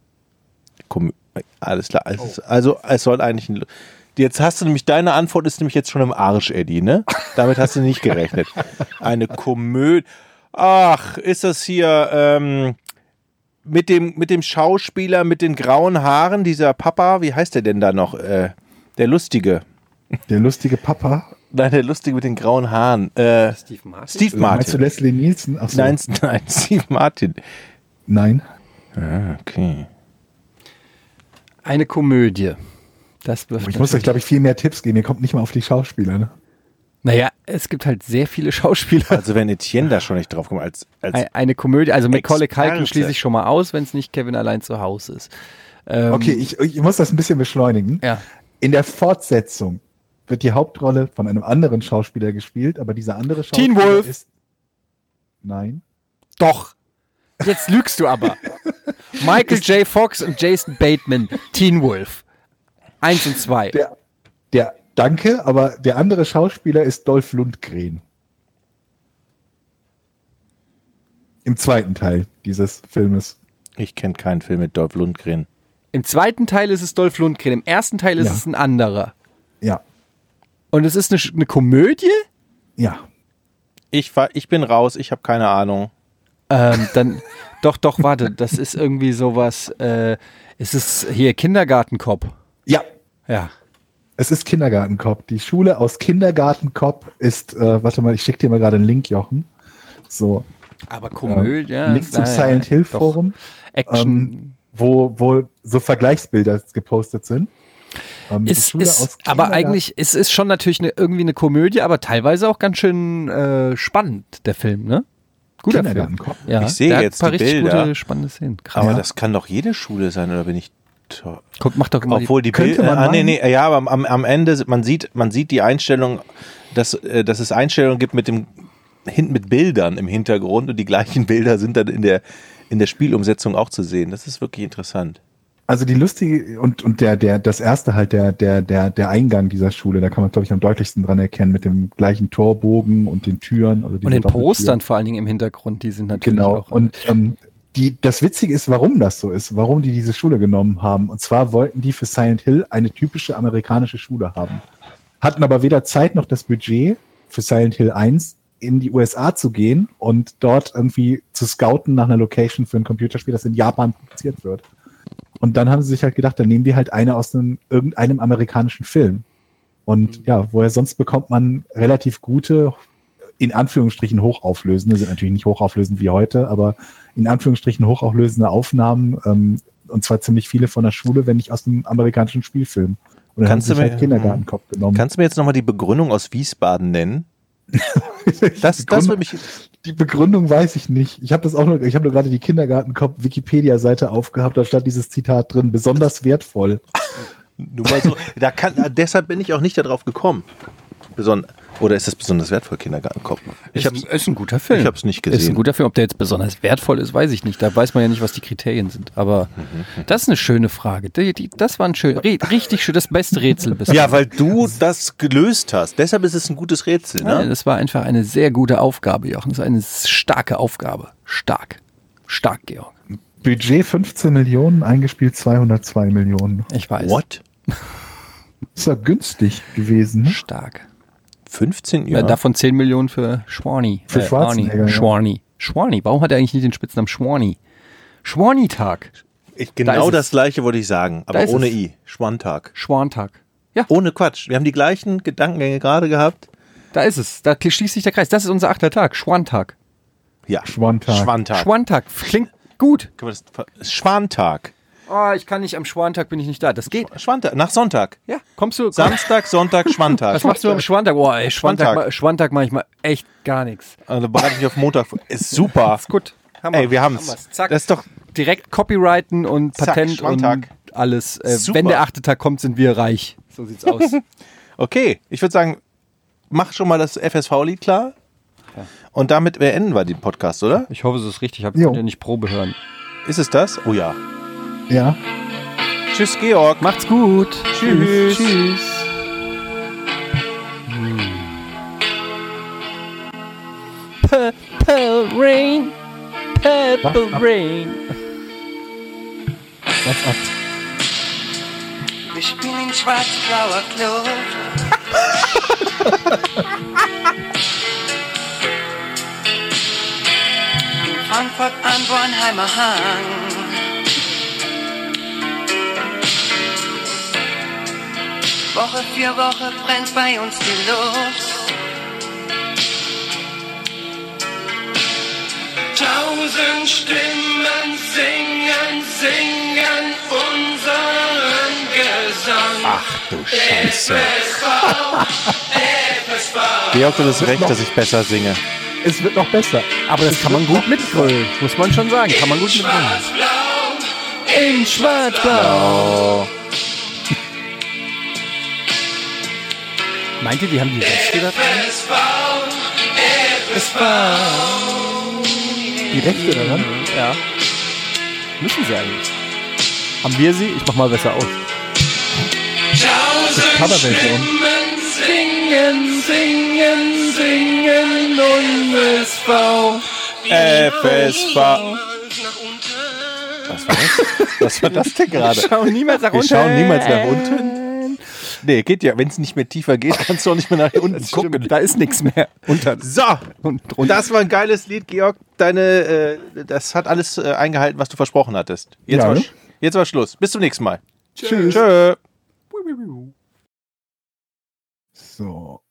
Alles klar. Also, es soll eigentlich ein. Jetzt hast du nämlich, deine Antwort ist nämlich jetzt schon im Arsch, Eddie, ne? Damit hast du nicht gerechnet. Eine Komödie. Ach, ist das hier mit dem Schauspieler mit den grauen Haaren, dieser Papa, wie heißt der denn da noch? Der Lustige. Der lustige Papa. Nein, der Lustige mit den grauen Haaren. Steve Martin? Steve Meinst du Martin. Leslie Nielsen? Ach so. Nein, Steve Martin. Nein. Ah, okay. Eine Komödie. Das wirft Ich muss euch, glaube ich, viel mehr Tipps geben. Ihr kommt nicht mal auf die Schauspieler, ne? Naja, es gibt halt sehr viele Schauspieler. Also wenn Etienne da schon nicht drauf kommt, als Eine Komödie, also Macaulay Culkin Experte. schließe ich schon mal aus, wenn es nicht Kevin allein zu Hause ist. Okay, ich muss das ein bisschen beschleunigen. Ja. In der Fortsetzung wird die Hauptrolle von einem anderen Schauspieler gespielt, aber dieser andere Schauspieler Teen Wolf. ist... Nein. Doch. Jetzt lügst du aber. Michael J. Fox und Jason Bateman, Teen Wolf. 1 und 2. Danke, aber der andere Schauspieler ist Dolph Lundgren. Im zweiten Teil dieses Filmes. ich kenne keinen Film mit Dolph Lundgren. Im zweiten Teil ist es Dolph Lundgren, im ersten Teil ist Ja. es ein anderer. Ja, Und es ist eine Komödie? ja. Ich bin raus, ich habe keine Ahnung. Dann, doch, warte, das ist irgendwie sowas, es ist hier Kindergartenkopf. Ja, Ja. es ist Kindergartenkopf. Die Schule aus Kindergartenkopf ist, warte mal, ich schicke dir mal gerade einen Link, Jochen. So, Aber Komödie, ja. Link zum Silent Hill doch. Forum, Action. wo so Vergleichsbilder gepostet sind. Die Schule aus Aber Kindergarten- eigentlich, es ist schon natürlich irgendwie eine Komödie, aber teilweise auch ganz schön spannend, der Film, ne? Guter Film. Kindergartenkopf. Ja, Ich sehe der hat jetzt ein paar die richtig Bilder. gute, spannende Szenen. Krass. Aber Ja. das kann doch jede Schule sein, oder bin ich toll? Guck, mach doch mal Obwohl die Könnte Bilder. man Nee, meinen. ja, aber am Ende, man sieht die Einstellung, dass es Einstellungen gibt mit dem mit Bildern im Hintergrund und die gleichen Bilder sind dann in der Spielumsetzung auch zu sehen. Das ist wirklich interessant. Also die lustige und das erste halt der Eingang dieser Schule, da kann man, glaube ich, am deutlichsten dran erkennen, mit dem gleichen Torbogen und den Türen. Also Und den Postern vor allen Dingen im Hintergrund, die sind natürlich auch. Und das Witzige ist, warum das so ist, warum die diese Schule genommen haben. Und zwar wollten die für Silent Hill eine typische amerikanische Schule haben. Hatten aber weder Zeit noch das Budget für Silent Hill 1 in die USA zu gehen und dort irgendwie zu scouten nach einer Location für ein Computerspiel, das in Japan produziert wird. Und dann haben sie sich halt gedacht, dann nehmen wir halt eine aus irgendeinem amerikanischen Film. Und ja, woher sonst bekommt man relativ gute, in Anführungsstrichen hochauflösende, sind natürlich nicht hochauflösend wie heute, aber in Anführungsstrichen hochauflösende Aufnahmen, und zwar ziemlich viele von der Schule, wenn nicht aus einem amerikanischen Spielfilm. Und dann Kannst haben sie du sich mir- halt Kindergartenkopf genommen. Kannst du mir jetzt nochmal die Begründung aus Wiesbaden nennen? Das würde mich... Die Begründung weiß ich nicht. Ich habe nur gerade die Kindergartenkopf-Wikipedia-Seite aufgehabt, da stand dieses Zitat drin, besonders wertvoll. Nur mal so, deshalb bin ich auch nicht darauf gekommen. Oder ist das besonders wertvoll, Kindergartenkopf? Ist ein guter Film. Ich habe es nicht Ist ein gesehen. guter Film. Ob der jetzt besonders wertvoll ist, weiß ich nicht. Da weiß man ja nicht, was die Kriterien sind. Aber das ist eine schöne Frage. Das war ein richtig schön, das beste Rätsel bisher. Ja, weil du das gelöst hast. Deshalb ist es ein gutes Rätsel. Ja, Ne? das war einfach eine sehr gute Aufgabe, Jochen. Das ist eine starke Aufgabe. Stark, Georg. Budget 15 Millionen, eingespielt 202 Millionen. Ich weiß. What? Ist ja günstig gewesen. Ne? Stark. 15? Ja. Ja. Davon 10 Millionen für Schwarni. Für Schwarzenegger, ja. Schwarni. Warum hat er eigentlich nicht den Spitznamen Schwarni? Schwarni-Tag. Genau ist das es. Gleiche wollte ich sagen, Da aber ist ohne es. I. Schwantag. Schwantag. Ja, Ohne Quatsch. Wir haben die gleichen Gedankengänge gerade gehabt. da ist es. Da schließt sich der Kreis. Das ist unser 8. Tag. Schwantag. Ja. Schwantag. Schwantag. Schwantag. Klingt gut. Können wir das- Schwantag. Oh, ich kann nicht, am Schwantag bin ich nicht da. Das geht. Schwantag. Nach Sonntag. Ja, kommst du? Samstag, Sonntag, Schwantag. Was machst du am Schwantag? Oh, ey, Schwantag. Schwantag mache ich mal echt gar nichts. Also bereite ich mich auf Montag vor. Ist super. Ist gut. Ey, wir haben's. Hammer's. Zack. Das ist doch... Direkt Copyrighten und Zack, Patent und Schwantag. alles. Super. Wenn der 8. Tag kommt, sind wir reich. So sieht's aus. Okay, ich würde sagen, mach schon mal das FSV-Lied klar. Und damit beenden wir den Podcast, oder? Ich hoffe, es ist richtig. Ich habe Jo. ja nicht Probe hören. Ist es das? Oh ja. Ja. Tschüss, Georg. Macht's gut. Tschüss. Tschüss. Purple Rain. Purple Rain. Was ab? Wir spielen schwarz-blauer Kluft. In Frankfurt am Bornheimer Hang. Woche für Woche brennt bei uns die Luft. 1000 Stimmen singen unseren Gesang. Ach du Scheiße. FSV. Georg, du hast recht, dass ich besser singe. Es wird noch besser. Aber das kann man gut mitgrölen. Muss man schon sagen. Kann man gut mitgrölen. Schwarz-blau. In Schwarz-Blau. Meint ihr, die haben die Rechte da dran? FSV. Die Rechte daran? Ja. Müssen sie eigentlich. Haben wir sie? Ich mach mal besser aus. 1000 Coverversion. Stimmen Singen und SV. FSV. nach unten. Was war das? Was war das denn gerade? Schauen niemals nach Wir unten. schauen niemals nach unten. Nee, geht ja. Wenn es nicht mehr tiefer geht, kannst du auch nicht mehr nach unten gucken. Stimmt, da ist nichts mehr. Unter So, und drunter. das war ein geiles Lied, Georg. Das hat alles eingehalten, was du versprochen hattest. Jetzt, Ja, war, ne? jetzt war Schluss. Bis zum nächsten Mal. Tschüss. Tschö. So.